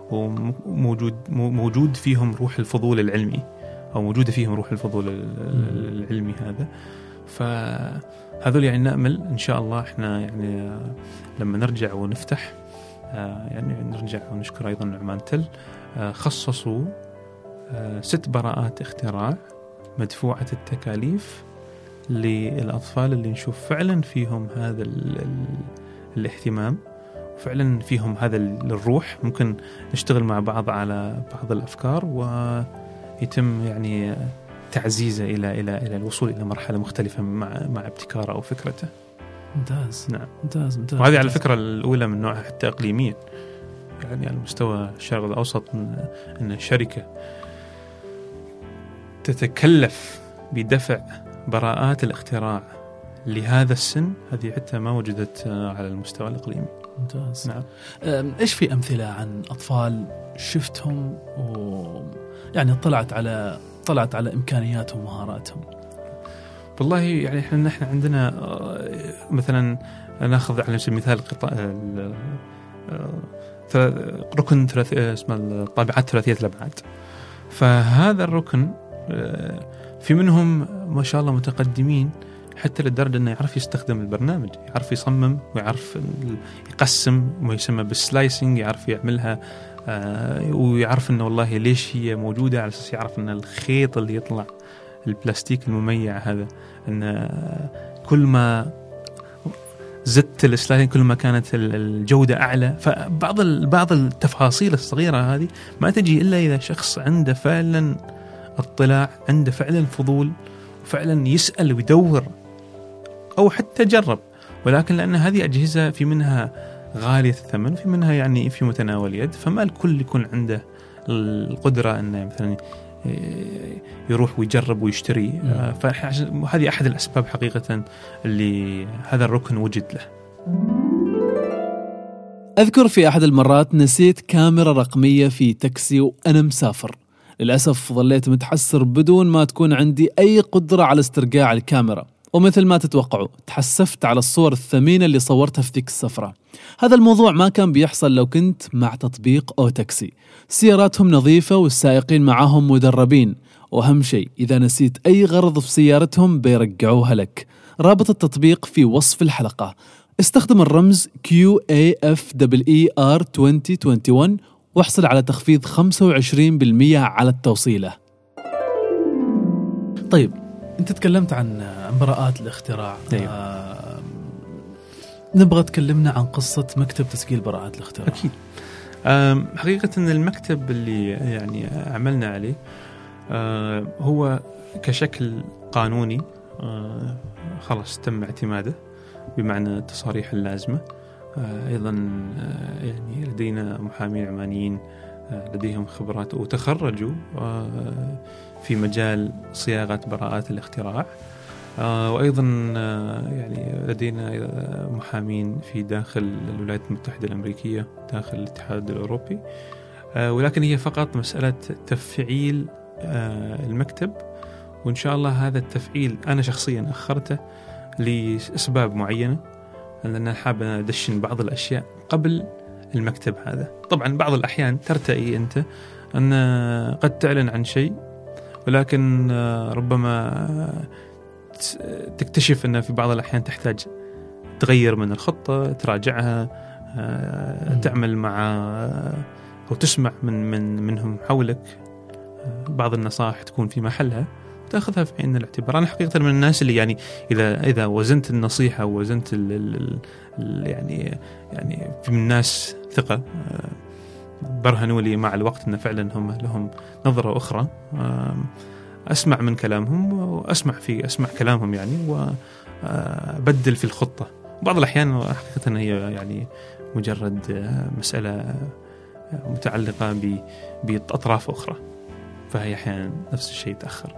Speaker 2: وموجود فيهم روح الفضول العلمي، أو موجودة فيهم روح الفضول العلمي هذا. فهذول يعني نأمل إن شاء الله إحنا يعني لما نرجع ونفتح يعني نرجع ونشكر أيضا نعمان تل، خصصوا 6 براءات اختراع مدفوعة التكاليف للأطفال اللي نشوف فعلا فيهم هذا الاهتمام، وفعلا فيهم هذا الروح. ممكن نشتغل مع بعض على بعض الأفكار ويتم يعني تعزيزه إلى الوصول إلى مرحلة مختلفة مع ابتكاره أو فكرته.
Speaker 1: ممتاز.
Speaker 2: نعم.
Speaker 1: ممتاز.
Speaker 2: وهذه على فكرة الأولى من نوعها حتى إقليميا، يعني على مستوى الشرق الأوسط، أن الشركة تتكلف بدفع براءات الاختراع لهذا السن، هذه حتى ما وجدت على المستوى الإقليمي.
Speaker 1: ممتاز.
Speaker 2: نعم.
Speaker 1: إيش في أمثلة عن أطفال شفتهم ويعني طلعت على إمكانياتهم ومهاراتهم؟
Speaker 2: والله يعني إحنا عندنا مثلا ناخذ على سبيل المثال ركن اسمه الطابعات ثلاثية الأبعاد. فهذا الركن في منهم ما شاء الله متقدمين حتى للدرجة أنه يعرف يستخدم البرنامج، يعرف يصمم ويعرف يقسم ما يسمى بالسلايسنج، يعرف يعملها ويعرف أنه والله ليش هي موجودة، على أساس يعرف أن الخيط اللي يطلع البلاستيك المميع هذا، أن كل ما زدت السلايسنج كل ما كانت الجودة أعلى. فبعض التفاصيل الصغيرة هذه ما تجي إلا إذا شخص عنده فعلا اطلاع، عنده فعلا فضول، وفعلا يسأل ويدور أو حتى جرب. ولكن لأن هذه أجهزة في منها غالية الثمن، في منها يعني في متناول يد، فما الكل يكون عنده القدرة أنه مثلا يروح ويجرب ويشتري. فهذه أحد الأسباب حقيقة اللي هذا الركن وجد له.
Speaker 1: أذكر في أحد المرات نسيت كاميرا رقمية في تاكسي وأنا مسافر. للأسف ظليت متحسر بدون ما تكون عندي أي قدرة على استرجاع الكاميرا، ومثل ما تتوقعوا تحسفت على الصور الثمينة اللي صورتها في ذيك السفرة. هذا الموضوع ما كان بيحصل لو كنت مع تطبيق أو تاكسي. سياراتهم نظيفة والسائقين معاهم مدربين، وأهم شيء إذا نسيت أي غرض في سيارتهم بيرجعوها لك. رابط التطبيق في وصف الحلقة. استخدم الرمز QAFEER 2021 واحصل على تخفيض 25% على التوصيلة. طيب أنت تكلمت عن براءات الاختراع. نبغى تكلمنا عن قصة مكتب تسجيل براءات الاختراع.
Speaker 2: أكيد. حقيقة أن المكتب اللي يعني عملنا عليه هو كشكل قانوني خلاص تم اعتماده بمعنى التصاريح اللازمة. أيضا يعني لدينا محامين عمانيين لديهم خبرات وتخرجوا في مجال صياغة براءات الاختراع، وأيضا يعني لدينا محامين في داخل الولايات المتحدة الأمريكية داخل الاتحاد الأوروبي. ولكن هي فقط مسألة تفعيل المكتب، وإن شاء الله هذا التفعيل أنا شخصيا أخرته لأسباب معينة، لأن حابب أدشن بعض الأشياء قبل المكتب هذا. طبعا بعض الأحيان ترتئي أنت أن قد تعلن عن شيء، ولكن ربما تكتشف أن في بعض الأحيان تحتاج تغير من الخطة، تراجعها، تعمل مع أو تسمع منهم حولك بعض النصائح تكون في محلها، تأخذها في عين الاعتبار. أنا حقيقة من الناس اللي يعني إذا وزنت النصيحة ووزنت يعني في من الناس ثقة برهنوا لي مع الوقت أن فعلا هم لهم نظرة أخرى، أسمع من كلامهم وأسمع كلامهم يعني، وأبدل في الخطة. بعض الأحيان حقيقة هي يعني مجرد مسألة متعلقة بأطراف أخرى، فهي أحيانا نفس الشيء يتأخر.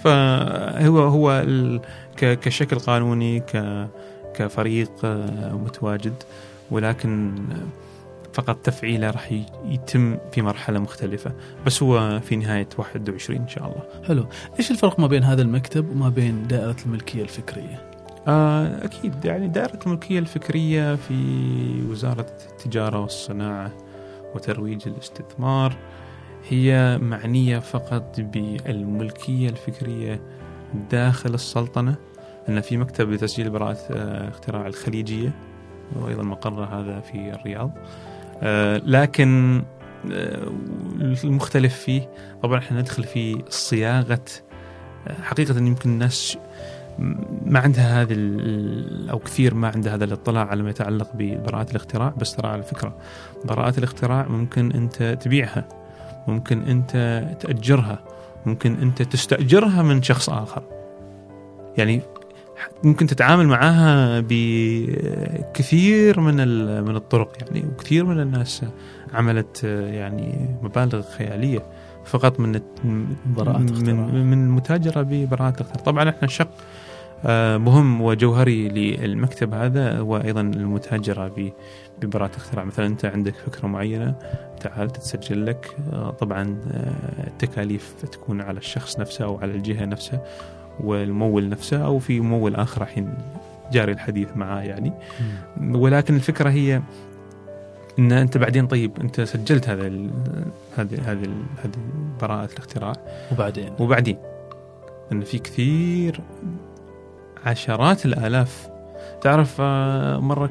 Speaker 2: فهو كشكل قانوني كفريق متواجد، ولكن فقط تفعيله راح يتم في مرحلة مختلفة، بس هو في نهاية 21 إن شاء الله.
Speaker 1: حلو. إيش الفرق ما بين هذا المكتب وما بين دائرة الملكية الفكرية؟
Speaker 2: أكيد يعني دائرة الملكية الفكرية في وزارة التجارة والصناعة وترويج الاستثمار، هي معنية فقط بالملكية الفكرية داخل السلطنة. أن في مكتب لتسجيل براءة اختراع الخليجية، وأيضا مقره هذا في الرياض، لكن المختلف فيه طبعا احنا ندخل في صياغة. حقيقة يمكن الناس ما عندها هذا أو كثير ما عندها هذا الاطلاع على ما يتعلق ببراءة الاختراع. بس ترى على فكرة براءة الاختراع ممكن أنت تبيعها، ممكن أنت تأجرها، ممكن أنت تستأجرها من شخص آخر، يعني ممكن تتعامل معها بكثير من الطرق يعني. وكثير من الناس عملت يعني مبالغ خيالية فقط من المتاجرة ببراءة الاختراع. طبعا احنا شق مهم وجوهري للمكتب هذا وأيضا المتاجرة ببراءة الاختراع. مثلا أنت عندك فكرة معينة، تعال تتسجل لك، طبعا التكاليف تكون على الشخص نفسه أو على الجهة نفسها والممول نفسه، أو في ممول آخر حين جاري الحديث معاه يعني. ولكن الفكرة هي إن أنت بعدين طيب أنت سجلت هذه براءة الاختراع، وبعدين إن في كثير عشرات الآلاف. تعرف مرة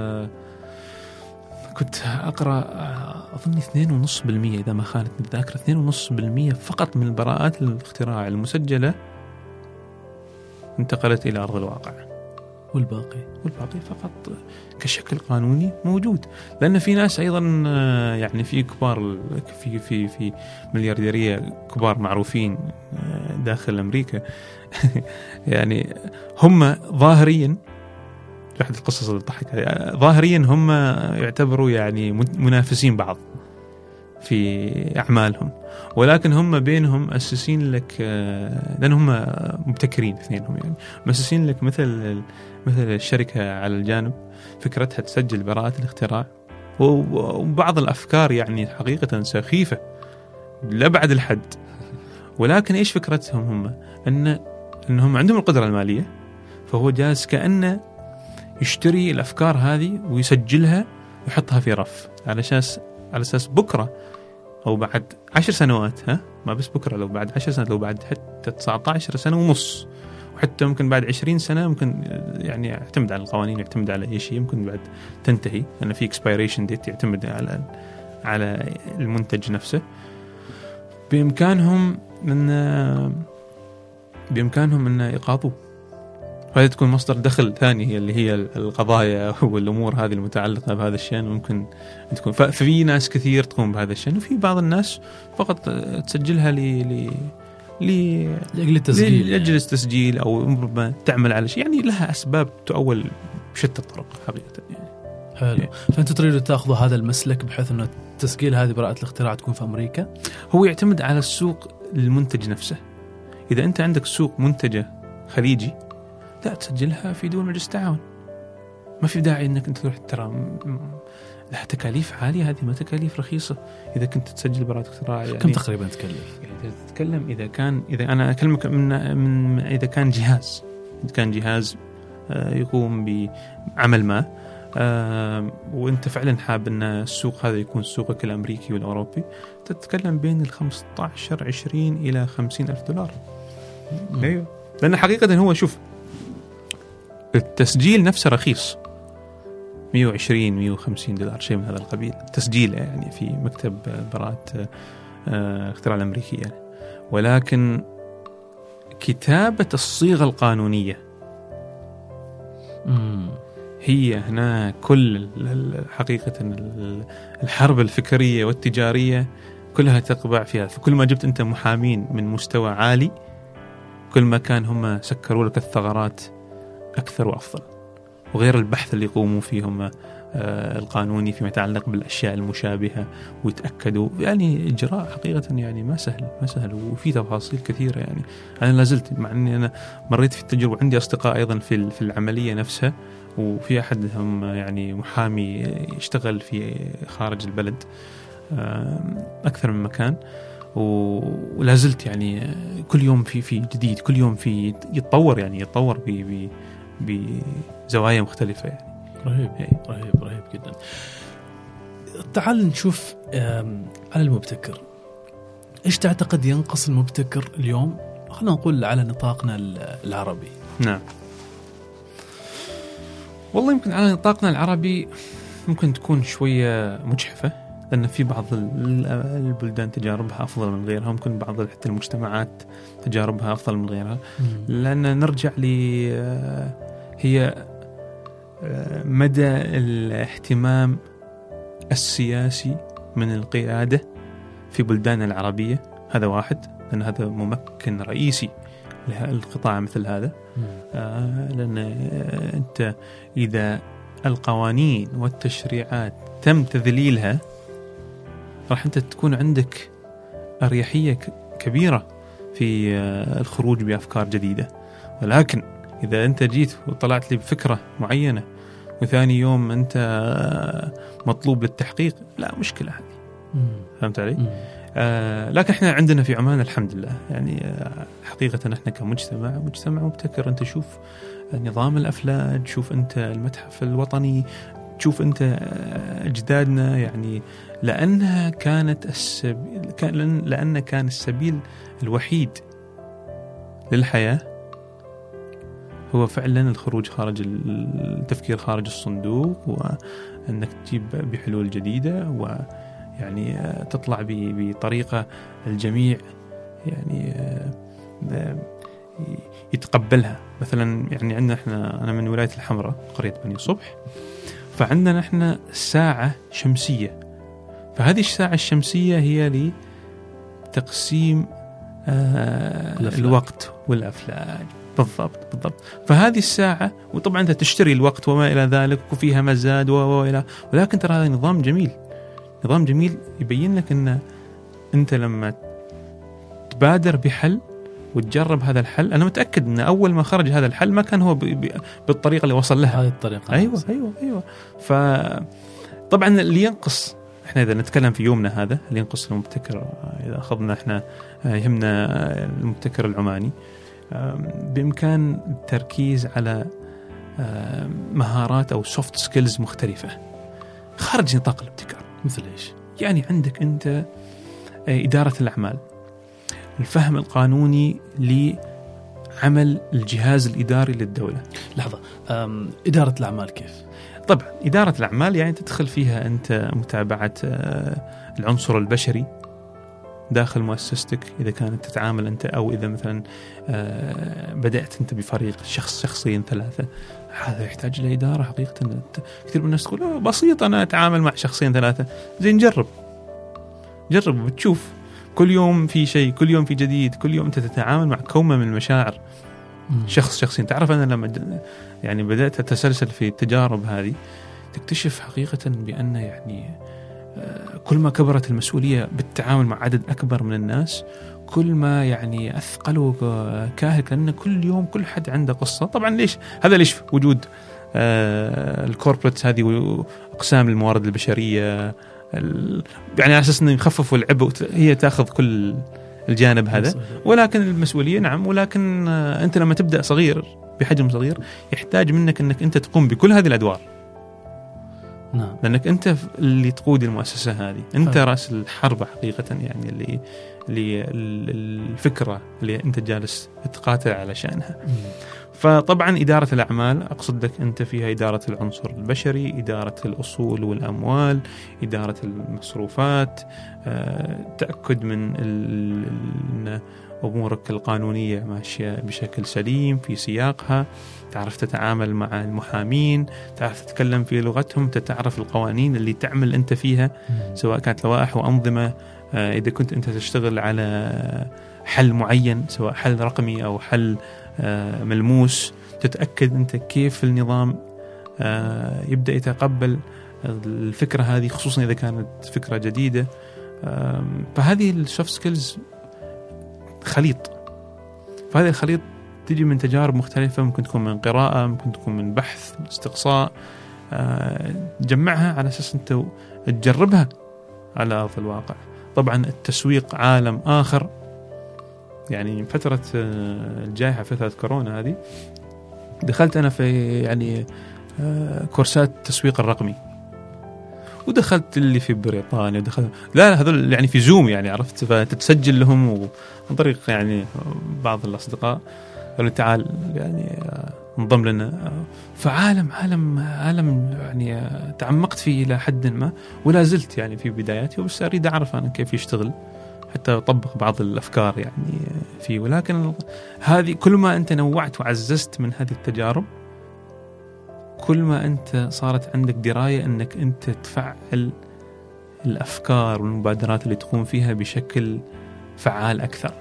Speaker 2: كنت أقرأ أظن 2.5% إذا ما خانتني الذاكرة، 2.5% فقط من براءات الاختراع المسجلة انتقلت إلى أرض الواقع، والباقي فقط كشكل قانوني موجود. لأن في ناس أيضا يعني في كبار في مليارديرية كبار معروفين داخل أمريكا يعني هم ظاهريا، واحد القصص اللي تضحك، ظاهريا هم يعتبروا يعني منافسين بعض في أعمالهم، ولكن هم بينهم أسسين لك، لأن هم مبتكرين اثنينهم يعني، مؤسسين لك مثل الشركة على الجانب فكرتها تسجل براءة الاختراع، وبعض الأفكار يعني حقيقة سخيفة لأبعد الحد. ولكن إيش فكرتهم هم؟ أنهم عندهم القدرة المالية، فهو جالس كأنه يشتري الأفكار هذه ويسجلها ويحطها في رف على أساس بكرة أو بعد 10 سنوات، ما بس بكرة، لو بعد 10 سنوات، لو بعد حتى 19 سنة ونص، وحتى ممكن بعد 20 سنة ممكن يعني يعتمد على القوانين، يعتمد على أي شيء، ممكن بعد تنتهي لأن في expiration date يعتمد على المنتج نفسه. بإمكانهم أن يقاضوا، وهذه تكون مصدر دخل ثاني اللي هي القضايا والأمور هذه المتعلقة بهذا الشأن. ممكن تكون في ناس كثير تقوم بهذا الشأن، وفي بعض الناس فقط تسجلها لأجل التسجيل أو ربما تعمل على شيء، يعني لها أسباب تؤول بشتى الطرق حقيقة يعني.
Speaker 1: حلو. فأنتوا تريدوا تأخذوا هذا المسلك بحيث أنه تسجيل هذه براءة الاختراع تكون في أمريكا؟
Speaker 2: هو يعتمد على السوق المنتج نفسه. إذا أنت عندك سوق منتجة خليجي، لا تسجلها في دول مجلس التعاون، ما في داعي أنك أنت تروح، ترى لها تكاليف عالية، هذه ما تكاليف رخيصة. إذا كنت تسجل براءة اختراع يعني
Speaker 1: كم تقريبا تكلف؟
Speaker 2: يعني تتكلم إذا أنا أكلمك من إذا كان جهاز يقوم بعمل ما، وأنت فعلا حاب أن السوق هذا يكون سوقك الأمريكي والأوروبي، تتكلم بين 15 20 إلى 50 ألف دولار. أيوه، لأن حقيقة هو شوف التسجيل نفسه رخيص، 120 150 دولار شيء من هذا القبيل، تسجيل يعني في مكتب براءة الاختراع الأمريكي يعني. ولكن كتابة الصيغة القانونية هي هنا كل حقيقة الحرب الفكرية والتجارية كلها تقبع فيها. فكل ما جبت أنت محامين من مستوى عالي، كل ما كان هم سكروا لك الثغرات أكثر وأفضل، وغير البحث اللي يقوموا فيهم القانوني فيما يتعلق بالأشياء المشابهة ويتأكدوا، يعني إجراء حقيقة يعني ما سهل وفي تفاصيل كثيرة. يعني أنا لازلت مع أني أنا مريت في التجربة، عندي أصدقاء أيضا في العملية نفسها، وفي أحدهم يعني محامي يشتغل في خارج البلد أكثر من مكان، ولازلت يعني كل يوم في جديد، كل يوم في يتطور بزوايا مختلفة يعني.
Speaker 1: رهيب جدا. تعال نشوف على المبتكر. إيش تعتقد ينقص المبتكر اليوم؟ خلينا نقول على نطاقنا العربي.
Speaker 2: نعم، والله يمكن على نطاقنا العربي ممكن تكون شوية مجحفة، لأن في بعض البلدان تجاربها أفضل من غيرها، ممكن بعض حتى المجتمعات تجاربها أفضل من غيرها. لأن نرجع هي مدى الاهتمام السياسي من القيادة في بلدان العربية، هذا واحد، لأن هذا ممكن رئيسي للقطاع مثل هذا. لأن أنت إذا القوانين والتشريعات تم تذليلها راح أنت تكون عندك أريحية كبيرة في الخروج بأفكار جديدة. ولكن إذا أنت جيت وطلعت لي بفكرة معينة وثاني يوم أنت مطلوب للتحقيق، لا مشكلة هذه. فهمت علي؟ لكن احنا عندنا في عمان الحمد لله يعني حقيقة احنا كمجتمع مبتكر. انت شوف نظام الأفلاج، شوف انت المتحف الوطني، شوف انت أجدادنا، يعني لأنها كانت لأن كان السبيل الوحيد للحياة هو فعلا الخروج خارج التفكير خارج الصندوق، وأنك تجيب بحلول جديدة، ويعني تطلع بطريقة الجميع يعني يتقبلها. مثلا يعني عندنا أنا من ولاية الحمراء قرية بني صبح، فعندنا احنا ساعة شمسية، فهذه الساعة الشمسية هي لتقسيم الوقت والأفلاج. بالضبط. فهذه الساعة، وطبعا أنت تشتري الوقت وما إلى ذلك، وفيها مزاد ولكن ترى هذا نظام جميل يبين لك أن أنت لما تبادر بحل وتجرب هذا الحل، أنا متأكد أن أول ما خرج هذا الحل ما كان هو بالطريقة اللي وصل لها،
Speaker 1: هذه الطريقة.
Speaker 2: أيوة. فطبعا اللي ينقص، إحنا إذا نتكلم في يومنا هذا، اللي ينقص المبتكر، إذا أخذنا إحنا يهمنا المبتكر العماني، بإمكان التركيز على مهارات أو soft skills مختلفة خارج نطاق الابتكار.
Speaker 1: مثل إيش؟
Speaker 2: يعني عندك أنت إدارة الأعمال، الفهم القانوني لعمل الجهاز الإداري للدولة.
Speaker 1: لحظة، إدارة الأعمال كيف؟
Speaker 2: طبعا إدارة الأعمال يعني تدخل فيها أنت متابعة العنصر البشري داخل مؤسستك، إذا كانت تتعامل أنت، أو إذا مثلا بدأت أنت بفريق شخصين 3، هذا يحتاج إلى إدارة حقيقة. كثير من الناس تقول بسيط أنا أتعامل مع 2-3، زين جرب وبتشوف كل يوم في شيء، كل يوم في جديد، كل يوم أنت تتعامل مع كومة من المشاعر. شخصين. تعرف أنا لما يعني بدأت أتسلسل في التجارب هذه، تكتشف حقيقة بأن يعني كل ما كبرت المسؤولية بالتعامل مع عدد أكبر من الناس، كل ما يعني أثقلوا كاهك، لأن كل يوم كل حد عنده قصة. طبعا ليش وجود الكوربريتس هذه وأقسام الموارد البشرية، يعني على أساس أنه يخففوا العبء، هي تأخذ كل الجانب هذا. ولكن المسؤولية نعم، ولكن أنت لما تبدأ صغير بحجم صغير يحتاج منك أنك أنت تقوم بكل هذه الأدوار.
Speaker 1: نعم.
Speaker 2: لأنك أنت اللي تقود المؤسسة هذه، أنت رأس الحرب حقيقة، يعني اللي الفكرة اللي أنت جالس تقاتل علشانها. فطبعا إدارة الأعمال أقصد لك أنت فيها إدارة العنصر البشري، إدارة الأصول والأموال، إدارة المصروفات، تأكد من أمورك القانونية ماشية بشكل سليم في سياقها، تعرف تتعامل مع المحامين، تعرف تتكلم في لغتهم، تعرف القوانين اللي تعمل أنت فيها، سواء كانت لوائح وأنظمة. إذا كنت أنت تشتغل على حل معين، سواء حل رقمي أو حل ملموس، تتأكد أنت كيف النظام يبدأ يتقبل الفكرة هذه، خصوصا إذا كانت فكرة جديدة. فهذه السوفت سكيلز خليط، فهذا الخليط تجي من تجارب مختلفة، ممكن تكون من قراءة، ممكن تكون من بحث، من استقصاء، تجمعها على أساس أنت تجربها على أرض الواقع. طبعا التسويق عالم آخر، يعني فترة الجائحة، فترة كورونا هذه، دخلت أنا في يعني كورسات التسويق الرقمي، ودخلت اللي في بريطانيا ودخلت لا هذول يعني في زوم يعني عرفت، فتتسجل لهم وعن طريق يعني بعض الأصدقاء قالوا تعال يعني انضم لنا. فعالم عالم يعني تعمقت فيه إلى حد ما، ولا زلت يعني في بداياتي، وبس أريد أعرف أنا كيف يشتغل حتى أطبق بعض الأفكار يعني فيه. ولكن هذه كل ما أنت نوعت وعززت من هذه التجارب، كل ما أنت صارت عندك دراية أنك أنت تفعل الأفكار والمبادرات اللي تقوم فيها بشكل فعال أكثر.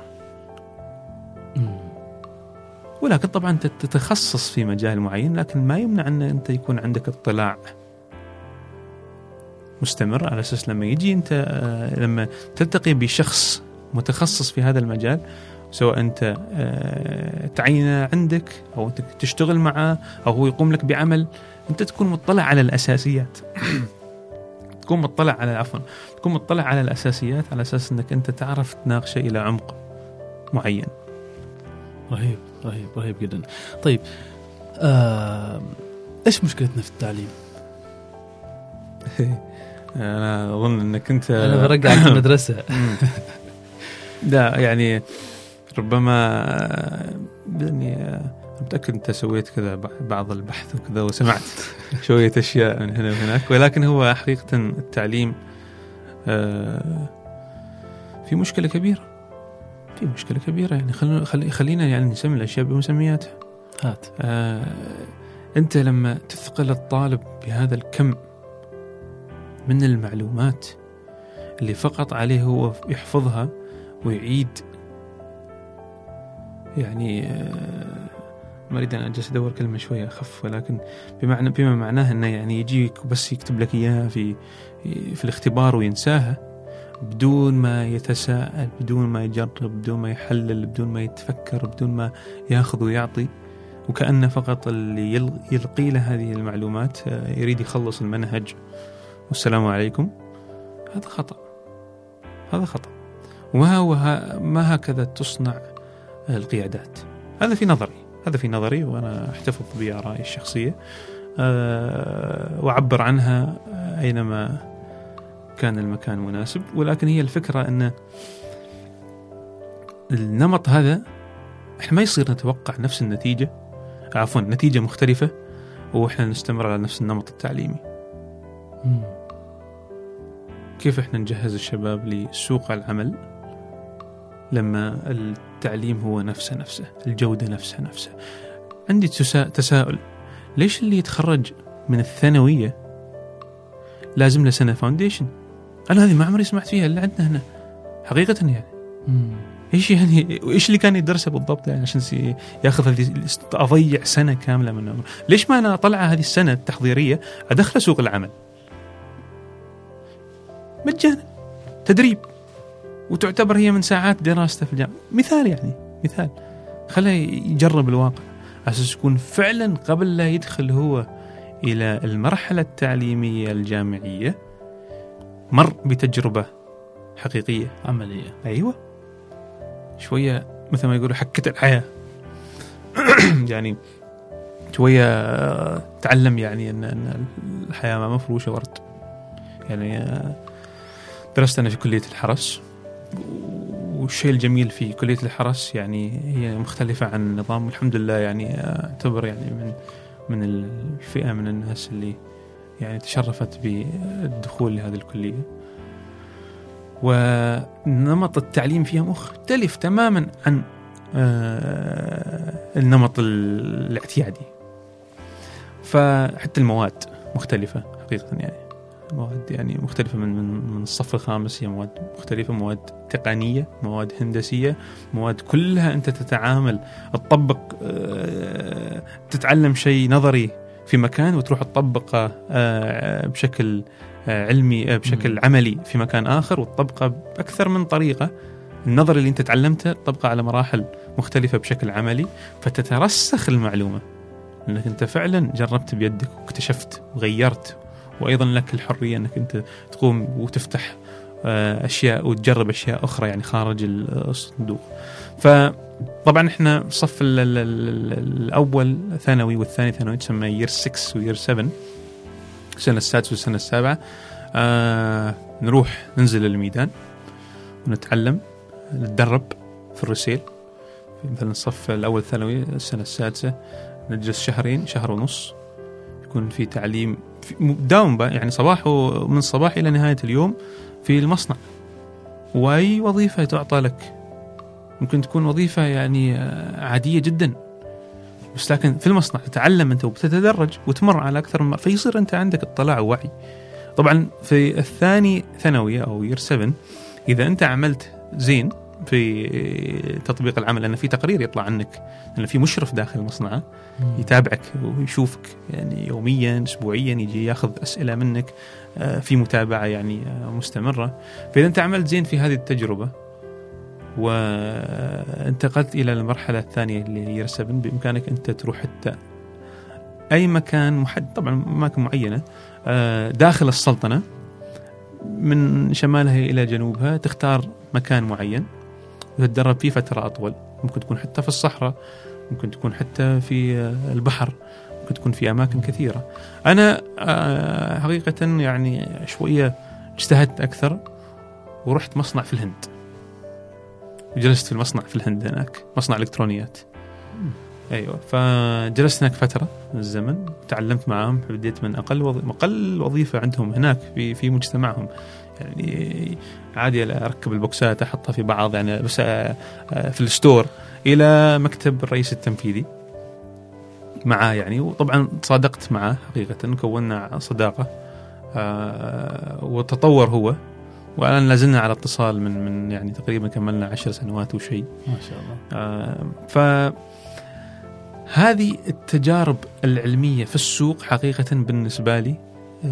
Speaker 2: ولكن طبعا تتخصص في مجال معين، لكن ما يمنع أن أنت يكون عندك اطلاع مستمر، على أساس لما يجي أنت لما تلتقي بشخص متخصص في هذا المجال، سواء أنت تعينه عندك أو أنت تشتغل معه أو هو يقوم لك بعمل، أنت تكون مطلع على الأساسيات تكون مطلع على الأساسيات، على أساس أنك أنت تعرف تناقشه إلى عمق معين.
Speaker 1: رهيب جدا. طيب إيش مشكلتنا في التعليم؟
Speaker 2: أنا أظن أنك أنت
Speaker 1: أنا برجعك المدرسة.
Speaker 2: لا يعني ربما يعني متأكد أنت سويت كذا بعض البحث وكذا وسمعت شوية أشياء من هنا وهناك، ولكن هو حقيقة التعليم في مشكلة كبيرة يعني خلينا يعني نسمي الأشياء بمسمياتها.
Speaker 1: هات.
Speaker 2: أنت لما تثقل الطالب بهذا الكم من المعلومات اللي فقط عليه هو يحفظها ويعيد، يعني ما أريد أن أجلس أدور كلمة شوية أخف، ولكن بما معناه أنه يعني يجيك بس يكتب لك إياها في الاختبار وينساها بدون ما يتساءل، بدون ما يجرب، بدون ما يحلل، بدون ما يتفكر، بدون ما ياخذ ويعطي، وكأنه فقط اللي يلقي له هذه المعلومات يريد يخلص المنهج والسلام عليكم. هذا خطأ. ما هكذا تصنع القيادات. هذا في نظري وأنا أحتفظ بآرائي الشخصية وأعبر عنها أينما كان المكان مناسب. ولكن هي الفكرة أن النمط هذا إحنا ما يصير نتوقع نفس النتيجة، نتيجة مختلفة وإحنا نستمر على نفس النمط التعليمي. كيف إحنا نجهز الشباب لسوق العمل لما التعليم هو نفسه الجودة نفسها. عندي تساؤل، ليش اللي يتخرج من الثانوية لازم له سنة فاونديشن؟ أنا هذه ما عمري سمعت فيها إلا عندنا هنا حقيقة يعني. إيش يعني إيش اللي كان يدرسه بالضبط يعني عشان يأخذ هذه أضيع سنة كاملة من عمره؟ ليش ما أنا أطلع هذه السنة التحضيرية أدخل سوق العمل مجانا، تدريب، وتعتبر هي من ساعات دراسته في الجامعة. مثال خليه يجرب الواقع، أساس يكون فعلا قبل لا يدخل هو إلى المرحلة التعليمية الجامعية مر بتجربة حقيقية
Speaker 1: عملية.
Speaker 2: أيوة، شوية مثل ما يقولوا حكة الحياة يعني شوية تعلم يعني أن الحياة ما مفروشة ورد. يعني درست أنا في كلية الحرس، والشيء الجميل في كلية الحرس يعني هي مختلفة عن النظام، والحمد لله يعني أعتبر يعني من الفئة من الناس اللي يعني تشرفت بالدخول لهذه الكلية. ونمط التعليم فيها مختلف تماما عن النمط الاعتيادي، فحتى المواد مختلفة حقيقة، يعني مواد يعني مختلفة من الصف الخامس، هي مواد مختلفة، مواد تقنية، مواد هندسية، مواد كلها أنت تتعامل تطبق، تتعلم شيء نظري في مكان وتروح تطبقه بشكل علمي، بشكل عملي في مكان آخر، وتطبقه بأكثر من طريقة. النظر اللي أنت تعلمته تطبقه على مراحل مختلفة بشكل عملي، فتترسخ المعلومة لأنك أنت فعلا جربت بيدك واكتشفت وغيرت، وأيضا لك الحرية أنك أنت تقوم وتفتح أشياء وتجرب أشياء أخرى يعني خارج الصندوق. فطبعا إحنا صف الأول ثانوي والثاني ثانوي تسمى يير 6 ويير 7، السنة السادسة والسنة السابعة. نروح ننزل الميدان ونتعلم، نتدرب في الرسيل، مثلا الصف الأول ثانوي السنة السادسة نجلس شهرين، شهر ونص، يكون في تعليم داوم يعني صباح ومن الصباح إلى نهاية اليوم في المصنع. وأي وظيفة تعطى لك ممكن تكون وظيفة يعني عادية جدا، بس لكن في المصنع تتعلم أنت وبتتدرج وتمر على أكثر من، فيصير أنت عندك اطلاع ووعي. طبعا في الثاني ثانوية أو يير 7 إذا أنت عملت زين في تطبيق العمل، لأن في تقرير يطلع عنك، لأن في مشرف داخل المصنع يتابعك ويشوفك يعني يوميا أسبوعيا، يجي ياخذ أسئلة منك، في متابعة يعني مستمرة. فإذا أنت عملت زين في هذه التجربة وانتقلت إلى المرحلة الثانية اللي هي يير 7، بإمكانك أنت تروح حتى أي مكان محدد، طبعا أماكن معينة داخل السلطنة من شمالها إلى جنوبها، تختار مكان معين وتتدرب فيه فترة أطول. ممكن تكون حتى في الصحراء، ممكن تكون حتى في البحر، ممكن تكون في أماكن كثيرة. أنا حقيقة يعني شوية اجتهدت أكثر ورحت مصنع في الهند، وجلست في المصنع في الهند هناك، مصنع إلكترونيات. أيوة، فجلست هناك فترة من الزمن، تعلمت معهم، بديت من أقل وظيفة عندهم هناك في مجتمعهم، يعني عادي أركب البوكسات أحطها في بعض يعني بس في الستور، إلى مكتب الرئيس التنفيذي معاه يعني. وطبعا صادقت معه حقيقة، كونا صداقة وتطور هو، وأنا لازلنا على اتصال من يعني تقريبا كملنا 10 سنوات وشيء
Speaker 1: ما شاء الله.
Speaker 2: هذه التجارب العلمية في السوق حقيقة بالنسبة لي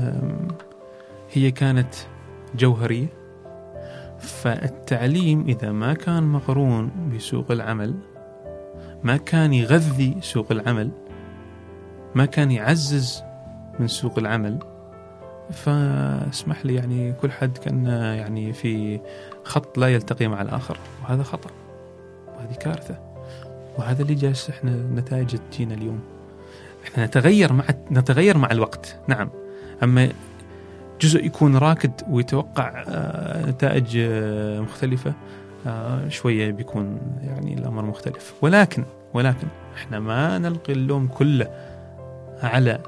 Speaker 2: هي كانت جوهرية. فالتعليم إذا ما كان مقرون بسوق العمل، ما كان يغذي سوق العمل، ما كان يعزز من سوق العمل، فاسمح لي يعني كل حد كان يعني في خط لا يلتقي مع الآخر، وهذا خطأ وهذه كارثة. وهذا اللي جالس احنا نتائج تجينا اليوم. احنا نتغير مع الوقت، نعم، اما جزء يكون راكد ويتوقع نتائج مختلفة، شوية بيكون يعني الأمر مختلف. ولكن احنا ما نلقي اللوم كله على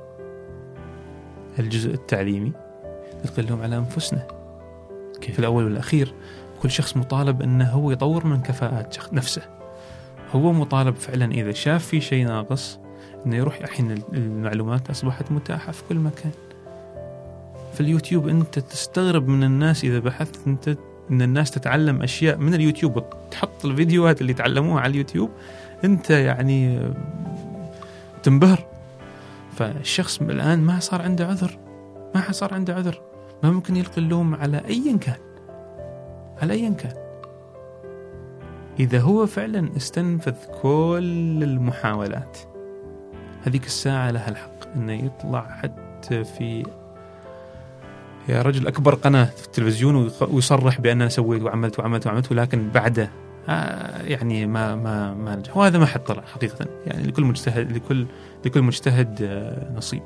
Speaker 2: الجزء التعليمي، نلقي اللوم على أنفسنا. في الأول والأخير كل شخص مطالب أنه هو يطور من كفاءات نفسه، هو مطالب فعلا إذا شاف في شيء ناقص أنه يروح. الحين المعلومات أصبحت متاحة في كل مكان. في اليوتيوب أنت تستغرب من الناس إذا بحثت أنت أن الناس تتعلم أشياء من اليوتيوب وتحط الفيديوهات اللي تعلموها على اليوتيوب، أنت يعني تنبهر. فالشخص الآن ما صار عنده عذر، ما ممكن يلقي اللوم على أي كان، إذا هو فعلا استنفذ كل المحاولات. هذيك الساعة لها الحق أنه يطلع حتى في يا رجل أكبر قناة في التلفزيون ويصرح بأن أنا سويت وعملت، ولكن بعده يعني ما نجح. وهذا ما حد طلع حقيقة، يعني لكل مجتهد نصيب.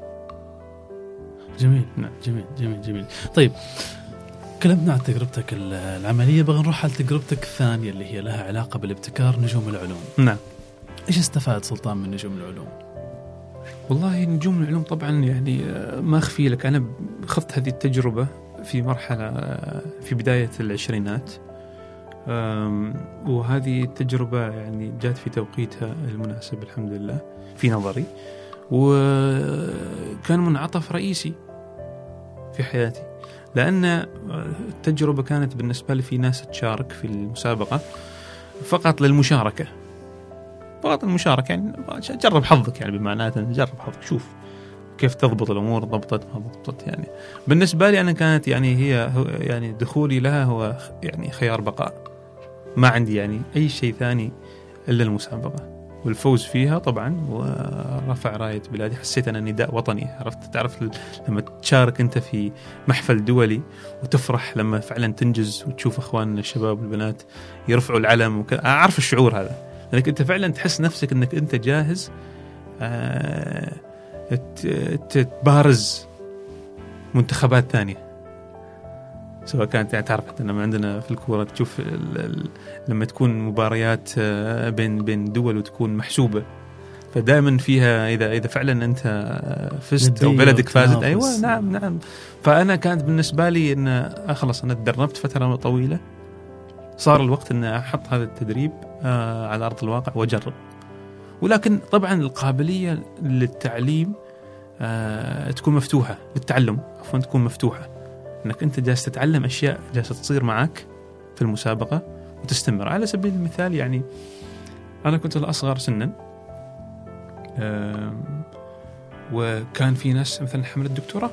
Speaker 1: جميل. نعم. جميل. طيب، كلمنا عن تجربتك العملية، بغى نروح على تجربتك الثانية اللي هي لها علاقة بالابتكار، نجوم العلوم.
Speaker 2: نعم.
Speaker 1: إيش استفاد سلطان من نجوم العلوم؟
Speaker 2: والله نجوم العلوم طبعا يعني ما أخفي لك، أنا أخذت هذه التجربة في مرحلة في بداية العشرينات، وهذه التجربة يعني جات في توقيتها المناسب الحمد لله في نظري، وكان منعطف رئيسي في حياتي، لأن التجربة كانت بالنسبة لي في ناس تشارك في المسابقة فقط للمشاركة، يعني جرب حظك، يعني بمعنى جرب حظك، شوف كيف تضبط الأمور، ضبطت ما ضبطت. يعني بالنسبة لي أنا كانت يعني هي يعني دخولي لها هو يعني خيار بقاء، ما عندي يعني أي شيء ثاني إلا المسابقة والفوز فيها طبعا ورفع راية بلادي. حسيت أنا نداء وطني، تعرف لما تشارك أنت في محفل دولي وتفرح لما فعلا تنجز وتشوف أخواننا الشباب والبنات يرفعوا العلم أعرف الشعور هذا، لأنك أنت فعلا تحس نفسك أنك أنت جاهز تبارز منتخبات ثانية، سواء كانت يعني تعرف حتى لما عندنا في الكورة تشوف لما تكون مباريات بين دول وتكون محسوبة، فدائما فيها إذا فعلا أنت فزت أو بلدك فازت. أيوة نعم. فأنا كانت بالنسبة لي إن خلاص أنا تدربت فترة طويلة، صار الوقت إن أحط هذا التدريب على أرض الواقع وأجرب. ولكن طبعا القابلية للتعليم تكون مفتوحة، للتعلم عفوا تكون مفتوحة، إنك أنت جالس تتعلم أشياء جالسة تصير معك في المسابقة وتستمر. على سبيل المثال يعني أنا كنت الأصغر سنا، وكان في ناس مثلا حملت دكتوراه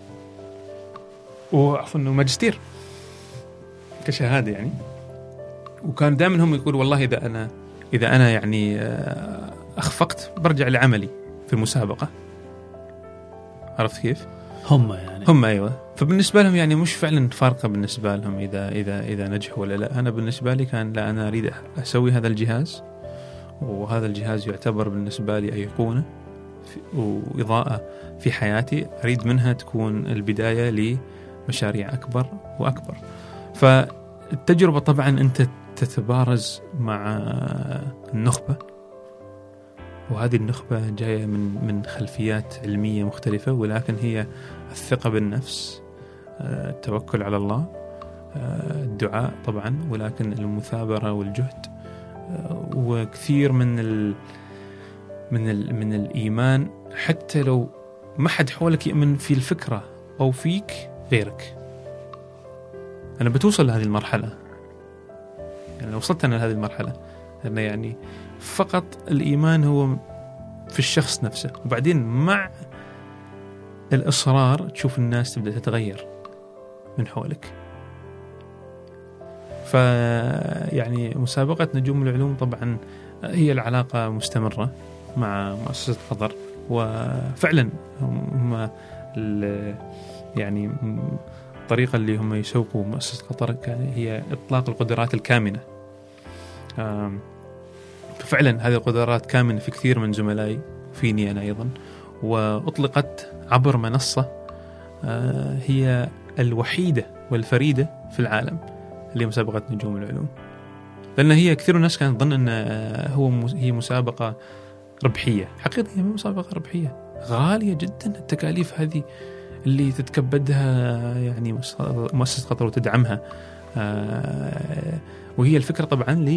Speaker 2: وعفوا إنه ماجستير كشهادة يعني، وكان دائما هم يقول والله إذا أنا يعني أخفقت برجع لعملي في المسابقة. عرفت كيف؟ هم أيوة. فبالنسبة لهم يعني مش فعلا فارقة بالنسبة لهم إذا نجحوا ولا لا. أنا بالنسبة لي كان لا، أنا أريد أسوي هذا الجهاز، وهذا الجهاز يعتبر بالنسبة لي أيقونة وإضاءة في حياتي، أريد منها تكون البداية لمشاريع أكبر وأكبر. فالتجربة طبعا أنت تتبارز مع النخبة، وهذه النخبة جاية من خلفيات علمية مختلفة، ولكن هي الثقة بالنفس، التوكل على الله، الدعاء طبعا، ولكن المثابرة والجهد، وكثير من الإيمان، حتى لو ما حد حولك يؤمن في الفكرة أو فيك غيرك. أنا بتوصل لهذه المرحلة، يعني وصلت أنا لهذه المرحلة، أنا يعني فقط الإيمان هو في الشخص نفسه، وبعدين مع الإصرار تشوف الناس تبدأ تتغير من حولك. فيعني مسابقة نجوم العلوم طبعا هي العلاقة مستمرة مع مؤسسة قطر، وفعلا هم يعني الطريقة اللي هم يسوقوا مؤسسة قطر كان هي إطلاق القدرات الكامنة. ففعلا هذه القدرات كامنة في كثير من زملائي، فيني أنا أيضا، وأطلقت عبر منصة هي الوحيدة والفريدة في العالم اللي مسابقة نجوم العلوم. لأن هي كثير الناس كانت تظن أن هي مسابقة ربحية، حقيقة هي مسابقة ربحية غالية جدا. التكاليف هذه اللي تتكبدها يعني مؤسسة قطر وتدعمها، وهي الفكرة طبعا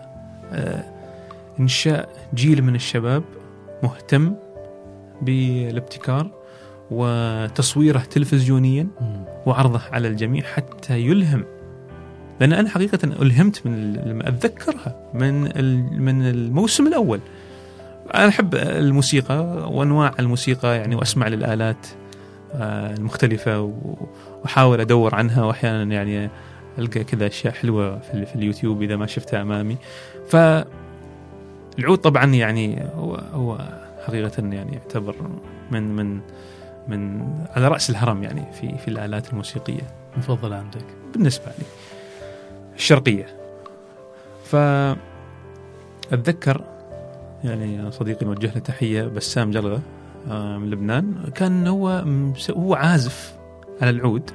Speaker 2: لإنشاء جيل من الشباب مهتم بالابتكار وتصويره تلفزيونيا وعرضه على الجميع حتى يلهم. لأن أنا حقيقة ألهمت لما أتذكرها من الموسم الأول. أنا أحب الموسيقى وأنواع الموسيقى يعني، وأسمع للآلات المختلفة وأحاول أدور عنها، وأحيانا يعني ألقى كذا أشياء حلوة في اليوتيوب إذا ما شفتها أمامي. فالعود طبعا يعني هو حقيقة يعني يعتبر من على رأس الهرم يعني في الآلات الموسيقية
Speaker 1: مفضلة عندك
Speaker 2: بالنسبة لي الشرقية. فأتذكر يعني صديقي نوجه له تحية، بسام جلغة من لبنان، كان هو عازف على العود،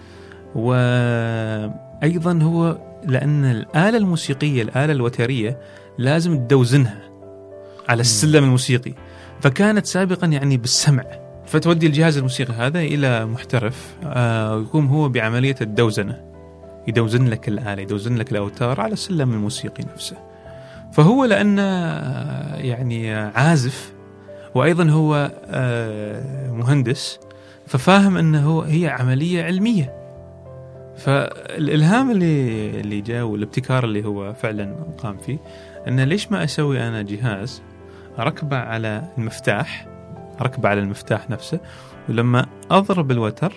Speaker 2: وأيضا هو لأن الآلة الموسيقية الآلة الوترية لازم تدوزنها على السلم الموسيقي، فكانت سابقا يعني بالسمع، فتودي الجهاز الموسيقي هذا إلى محترف ويقوم هو بعملية الدوزنة، يدوزن لك الآلة، يدوزن لك الأوتار على السلم الموسيقي نفسه. فهو لأنه يعني عازف وأيضا هو مهندس، ففاهم أنه هي عملية علمية. فالإلهام اللي جاء والابتكار اللي هو فعلا قام فيه، أنه ليش ما أسوي أنا جهاز أركبه على المفتاح نفسه، ولما أضرب الوتر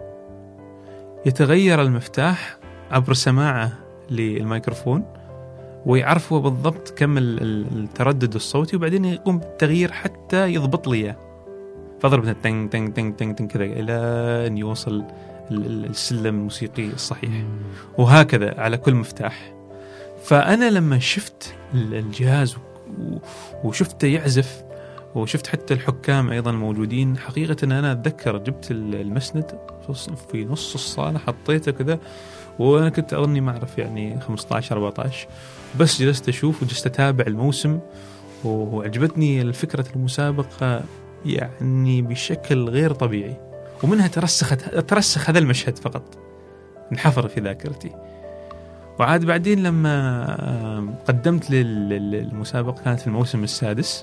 Speaker 2: يتغير المفتاح عبر سماعه للميكروفون، ويعرف هو بالضبط كم التردد الصوتي، وبعدين يقوم بالتغيير حتى يضبط لي. فأضرب تنج تنج تنج تنج تنج كذا إلى أن يوصل السلم الموسيقي الصحيح، وهكذا على كل مفتاح. فأنا لما شفت الجهاز وشفته يعزف وشفت حتى الحكام أيضا موجودين. حقيقة أنا أتذكر جبت المسند في نص الصالة حطيته كذا، وأنا كنت أظني ما أعرف يعني 15-14، بس جلست أشوف وجلست أتابع الموسم، وعجبتني الفكرة المسابقة يعني بشكل غير طبيعي، ومنها ترسخ هذا المشهد فقط انحفر في ذاكرتي. وعاد بعدين لما قدمت للمسابقة كانت في الموسم السادس،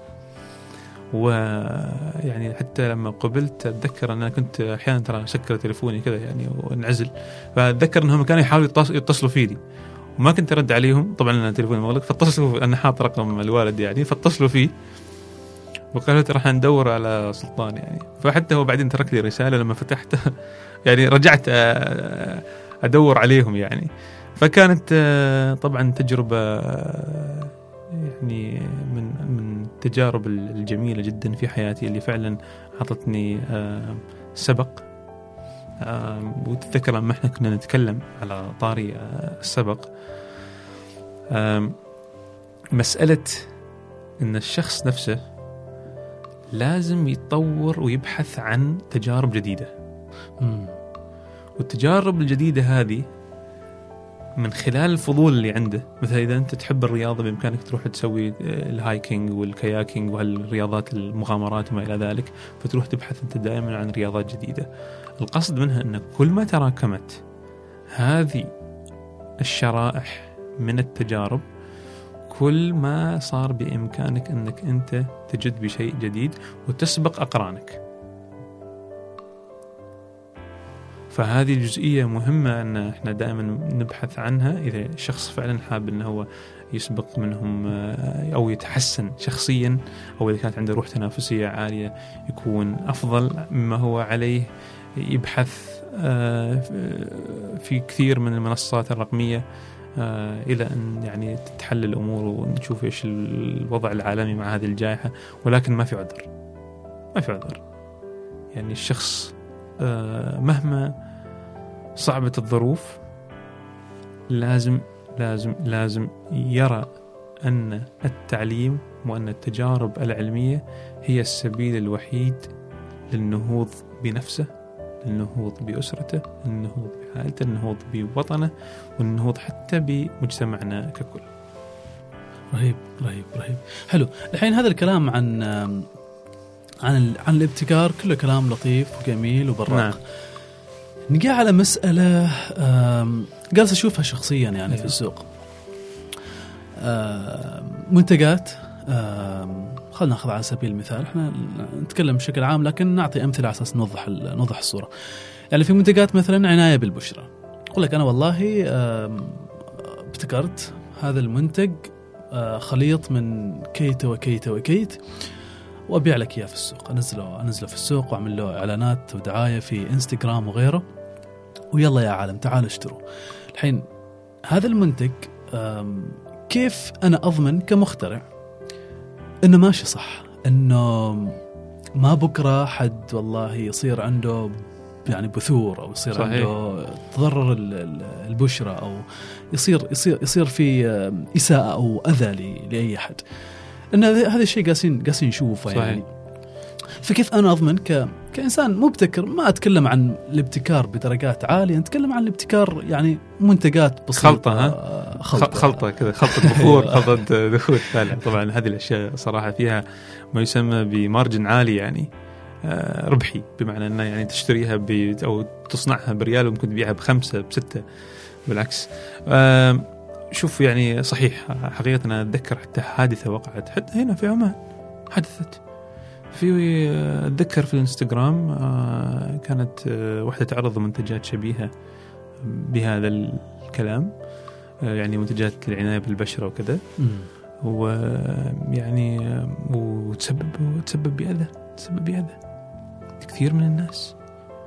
Speaker 2: ويعني حتى لما قبلت أتذكر أن أنا كنت أحيانا ترى أسكر تليفوني كذا يعني وانعزل، فأتذكر أنهم كانوا يحاولوا يتصلوا فيني وما كنت أرد عليهم، طبعا أنا تليفوني مغلق، فاتصلوا، أنا حاط رقم الوالد يعني، فاتصلوا فيه وقالوا راح ندور على سلطان يعني. فحتى هو بعدين ترك لي رسالة لما فتحت يعني رجعت أدور عليهم يعني. فكانت طبعا تجربة يعني من التجارب الجميلة جدا في حياتي، اللي فعلا عطتني سبق. وتذكر لما احنا كنا نتكلم على طاري السبق، مسألة ان الشخص نفسه لازم يتطور ويبحث عن تجارب جديدة. والتجارب الجديدة هذه من خلال الفضول اللي عنده. مثلا إذا أنت تحب الرياضة بإمكانك تروح تسوي الهايكينج والكاياكينج وهالرياضات المغامرات وما إلى ذلك، فتروح تبحث أنت دائما عن رياضات جديدة. القصد منها أن كل ما تراكمت هذه الشرائح من التجارب، كل ما صار بإمكانك أنك أنت تجد بشيء جديد وتسبق أقرانك. فهذه الجزئية مهمة أن احنا دائما نبحث عنها. إذا الشخص فعلا حاب أنه هو يسبق منهم أو يتحسن شخصيا، أو إذا كانت عنده روح تنافسية عالية يكون أفضل مما هو عليه، يبحث في كثير من المنصات الرقمية إلى أن يعني تتحل الأمور ونشوف إيش الوضع العالمي مع هذه الجائحة. ولكن ما في عذر يعني الشخص مهما صعبت الظروف لازم يرى أن التعليم وأن التجارب العلمية هي السبيل الوحيد للنهوض بنفسه، للنهوض بأسرته، للنهوض بعائلته، للنهوض بوطنه، والنهوض حتى بمجتمعنا ككل.
Speaker 1: رهيب. حلو. الحين هذا الكلام عن الابتكار كله كلام لطيف وجميل وبراق. نعم. نجي على مسألة جالس أشوفها شخصيا يعني في السوق، منتجات. خلنا نأخذ على سبيل المثال، احنا نتكلم بشكل عام لكن نعطي أمثلة على أساس نوضح الصورة. يعني في منتجات مثلا عناية بالبشرة، أقول لك أنا والله ابتكرت هذا المنتج خليط من كيت وكيت وكيت، وأبيع لك إياه في السوق، أنزله في السوق وأعمل له إعلانات ودعاية في إنستغرام وغيره، ويلا يا عالم تعالوا اشتروا. الحين هذا المنتج كيف أنا أضمن كمخترع إنه ماشي صح، إنه ما بكرة حد والله يصير عنده يعني بثور، أو يصير صحيح عنده تضرر البشرة، أو يصير في إساءة أو أذى لأي أحد. إن هذا الشيء قاسين نشوفه يعني. فكيف أنا أضمن كإنسان مبتكر، ما أتكلم عن الابتكار بدرجات عالية، نتكلم عن الابتكار يعني منتجات بسيطة،
Speaker 2: خلطة كذا، خلطة بخور، خلطة دخول فعلا. طبعا هذه الأشياء صراحة فيها ما يسمى بمارجن عالي يعني، ربحي، بمعنى أنه يعني تشتريها أو تصنعها بريال وممكن تبيعها ب5 ب6 بالعكس. شوف يعني صحيح حقيقة أنا أتذكر حتى حادثة وقعت حتى هنا في عمان، حدثت في أتذكر في الانستغرام، كانت واحدة تعرض منتجات شبيهة بهذا الكلام، يعني منتجات العناية بالبشرة وكذا، ويعني وتسبب بأذى كثير من الناس.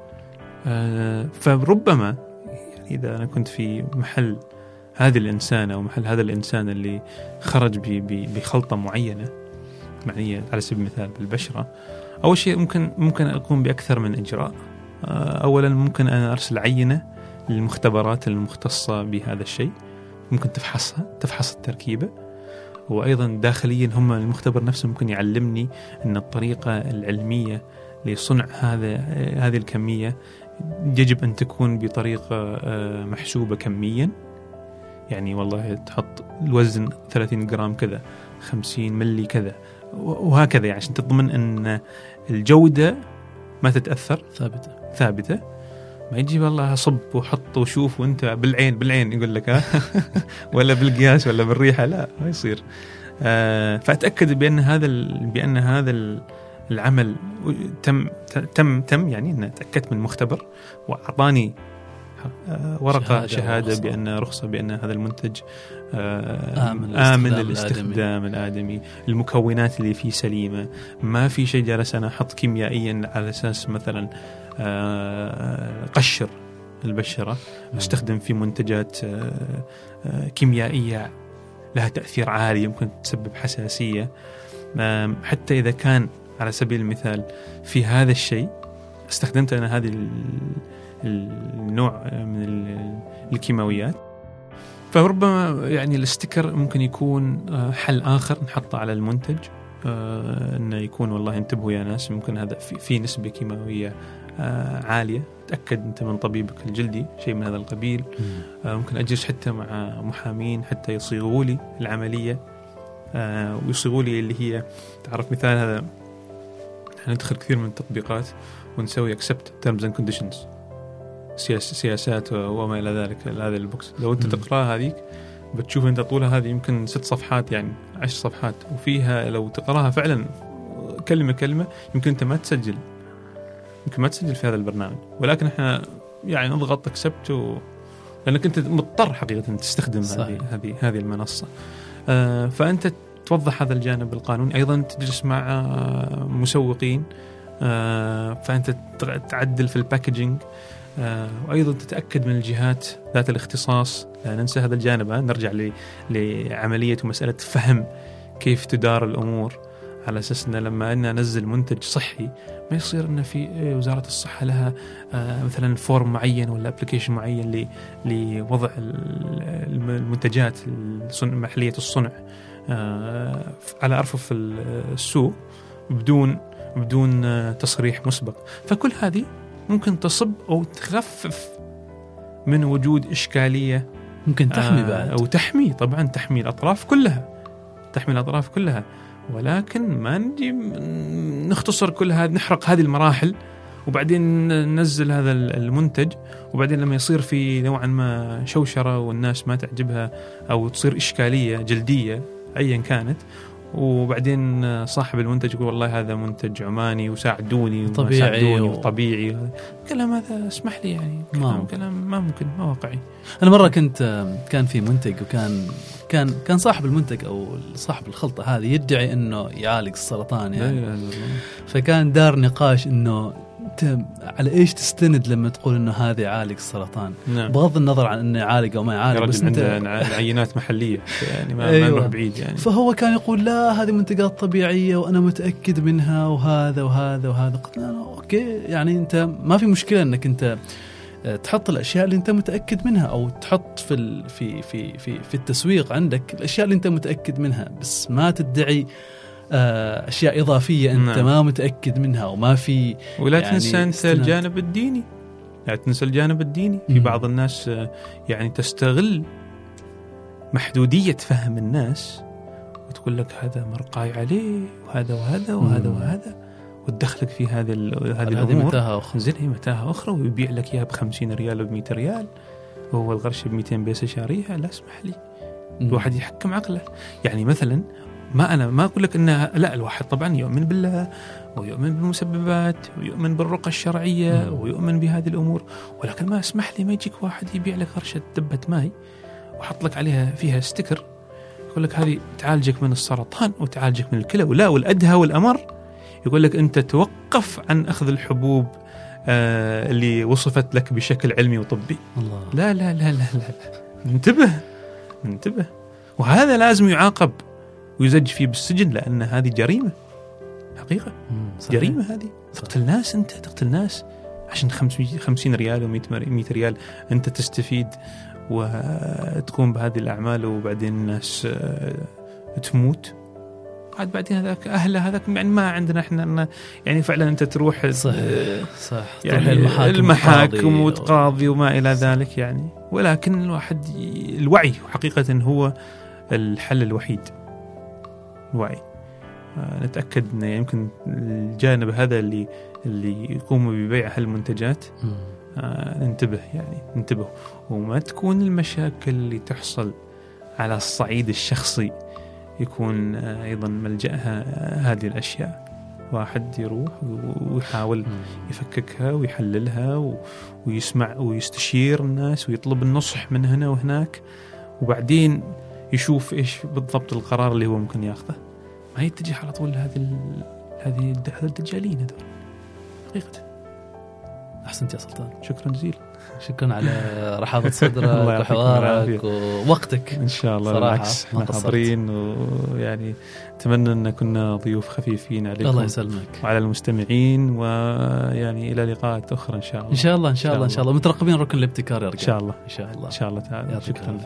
Speaker 2: فربما يعني إذا أنا كنت في محل هذه الإنسان أو محل هذا الإنسان اللي خرج بخلطة معينة معنية على سبيل المثال بالبشرة، أول شيء ممكن أقوم بأكثر من إجراء. أولا ممكن أنا أرسل عينة للمختبرات المختصة بهذا الشيء، ممكن تفحص التركيبة، وأيضا داخليا هم المختبر نفسه ممكن يعلمني أن الطريقة العلمية لصنع هذه الكمية يجب أن تكون بطريقة محسوبة كميا. يعني والله تحط الوزن 30 جرام كذا، 50 ملي كذا، وهكذا، يعني عشان تضمن أن الجودة ما تتأثر، ثابتة. ما يجي والله صب وحط وشوف وانت بالعين يقول لك ولا بالقياس ولا بالريحة، لا ما يصير. فأتأكد بأن هذا العمل تم يعني أن تأكدت من المختبر وأعطاني ورقة شهادة بأن رخصة بأن هذا المنتج آمن للاستخدام الآدمي، المكونات اللي فيه سليمة، ما في شيء جالس أنا أحط كيميائيا على أساس مثلا قشر البشرة، استخدم في منتجات كيميائية لها تأثير عالي يمكن تسبب حساسية. حتى إذا كان على سبيل المثال في هذا الشيء استخدمت أنا هذه النوع من الكيماويات، فربما يعني الاستيكر ممكن يكون حل آخر نحطه على المنتج، أنه يكون والله انتبهوا يا ناس ممكن هذا في نسبة كيماوية عالية، تأكد أنت من طبيبك الجلدي شيء من هذا القبيل. ممكن أجلس حتى مع محامين حتى يصيغوا لي العملية، ويصيغوا لي اللي هي تعرف مثال هذا، ندخل كثير من التطبيقات ونسوي accept terms and conditions، سياسات وما إلى ذلك. هذا البوكس لو أنت تقرأ هذيك بتشوف أنت طولها هذه يمكن 6 صفحات، يعني 10 صفحات، وفيها لو تقرأها فعلا كلمة يمكن أنت ما تسجل في هذا البرنامج، ولكن احنا يعني نضغط accept لأنك أنت مضطر حقيقة تستخدم هذه المنصة. فأنت توضح هذا الجانب القانوني. أيضا تجلس مع مسوقين، فأنت تعدل في الباكجينج، وأيضا تتأكد من الجهات ذات الاختصاص. لا ننسى هذا الجانب، نرجع لعملية ومسألة فهم كيف تدار الأمور، على أساس أن لما أنا أنزل منتج صحي ما يصير أن في وزارة الصحة لها مثلا فورم معين ولا أبليكيشن معين لوضع المنتجات محلية الصنع على أرفف السوق بدون تصريح مسبق. فكل هذه ممكن تصب أو تخفف من وجود إشكالية،
Speaker 1: ممكن تحمي بعد
Speaker 2: أو تحمي الأطراف كلها. ولكن ما نجي نختصر كل هذا، نحرق هذه المراحل وبعدين ننزل هذا المنتج، وبعدين لما يصير في نوعا ما شوشرة والناس ما تعجبها أو تصير إشكالية جلدية أيا كانت، وبعدين صاحب المنتج يقول والله هذا منتج عماني وساعدوني وطبيعي. كلام هذا اسمح لي يعني كلام ما ممكن، ما واقعي.
Speaker 1: أنا مرة كان في منتج، وكان كان صاحب المنتج أو صاحب الخلطة هذه يدعي إنه يعالج السرطان يعني. فكان دار نقاش إنه أنت على إيش تستند لما تقول إنه هذا يعالج السرطان؟
Speaker 2: نعم.
Speaker 1: بغض النظر عن إنه يعالج أو ما يعالج،
Speaker 2: بس عندنا عينات محلية يعني ما نروح بعيد يعني.
Speaker 1: فهو كان يقول لا هذه منتجات طبيعية وأنا متأكد منها وهذا. قلت له أوكي، يعني أنت ما في مشكلة إنك أنت تحط الأشياء اللي أنت متأكد منها، أو تحط في التسويق عندك الأشياء اللي أنت متأكد منها، بس ما تدعي أشياء إضافية أنت ما متأكد منها وما في.
Speaker 2: ولا تنسى الجانب الديني، في بعض الناس يعني تستغل محدودية فهم الناس وتقول لك هذا مرقاي عليه وهذا وتدخلك في هذه الأمور، متاهة أخرى ويبيع لك إياها ب50 ريال و100 ريال، وهو الغرش ب200 بيسة شاريها. لا اسمح لي، الواحد يحكم عقله. يعني مثلا ما أقول لك إنه لا، الواحد طبعا يؤمن بالله ويؤمن بالمسببات ويؤمن بالرقى الشرعية ويؤمن بهذه الأمور، ولكن ما اسمح لي ما يجيك واحد يبيع لك غرشة دبة ماي وحط لك عليها فيها ستيكر يقول لك هذه تعالجك من السرطان وتعالجك من الكلى، ولا والأدهى والأمر يقول لك أنت توقف عن أخذ الحبوب اللي وصفت لك بشكل علمي وطبي.
Speaker 1: الله.
Speaker 2: لا لا لا لا لا، انتبه. وهذا لازم يعاقب ويزج فيه بالسجن، لأن هذه جريمة حقيقة. جريمة هذه، تقتل ناس عشان 50 ريال و100 ريال أنت تستفيد وتقوم بهذه الأعمال، وبعدين الناس تموت، عاد بعدين هذاك أهله هذاك يعني ما عندنا إحنا يعني فعلا أنت تروح
Speaker 1: صح
Speaker 2: يعني المحاكم وتقاضي وما إلى ذلك يعني. ولكن الواحد الوعي حقيقة هو الحل الوحيد، الوعي. نتأكد أن يمكن الجانب هذا اللي يقوم ببيع هالمنتجات ننتبه وما تكون المشاكل اللي تحصل على الصعيد الشخصي يكون أيضا ملجأها هذه الأشياء. واحد يروح ويحاول يفككها ويحللها ويسمع ويستشير الناس ويطلب النصح من هنا وهناك، وبعدين يشوف إيش بالضبط القرار اللي هو ممكن يأخذه. ما يتجه على طول هذه الدجالين هذول حقيقة.
Speaker 1: أحسنت يا سلطان،
Speaker 2: شكرا جزيلا.
Speaker 1: شكرا على رحابة صدرك وحوارك ووقتك.
Speaker 2: إن شاء الله بالعكس احنا حاضرين، ويعني أتمنى أن كنا ضيوف خفيفين عليكم.
Speaker 1: الله يسلمك
Speaker 2: وعلى المستمعين، ويعني إلى لقاءات أخرى إن شاء الله.
Speaker 1: إن شاء الله مترقبين ركن الابتكار يا رجال.
Speaker 2: إن شاء الله تعالى. شكرا.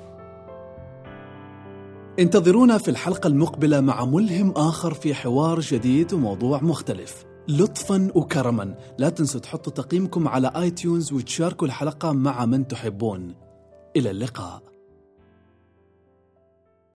Speaker 3: انتظرونا في الحلقة المقبلة مع ملهم آخر في حوار جديد وموضوع مختلف. لطفاً وكرماً لا تنسوا تحطوا تقييمكم على آيتيونز وتشاركوا الحلقة مع من تحبون. إلى اللقاء.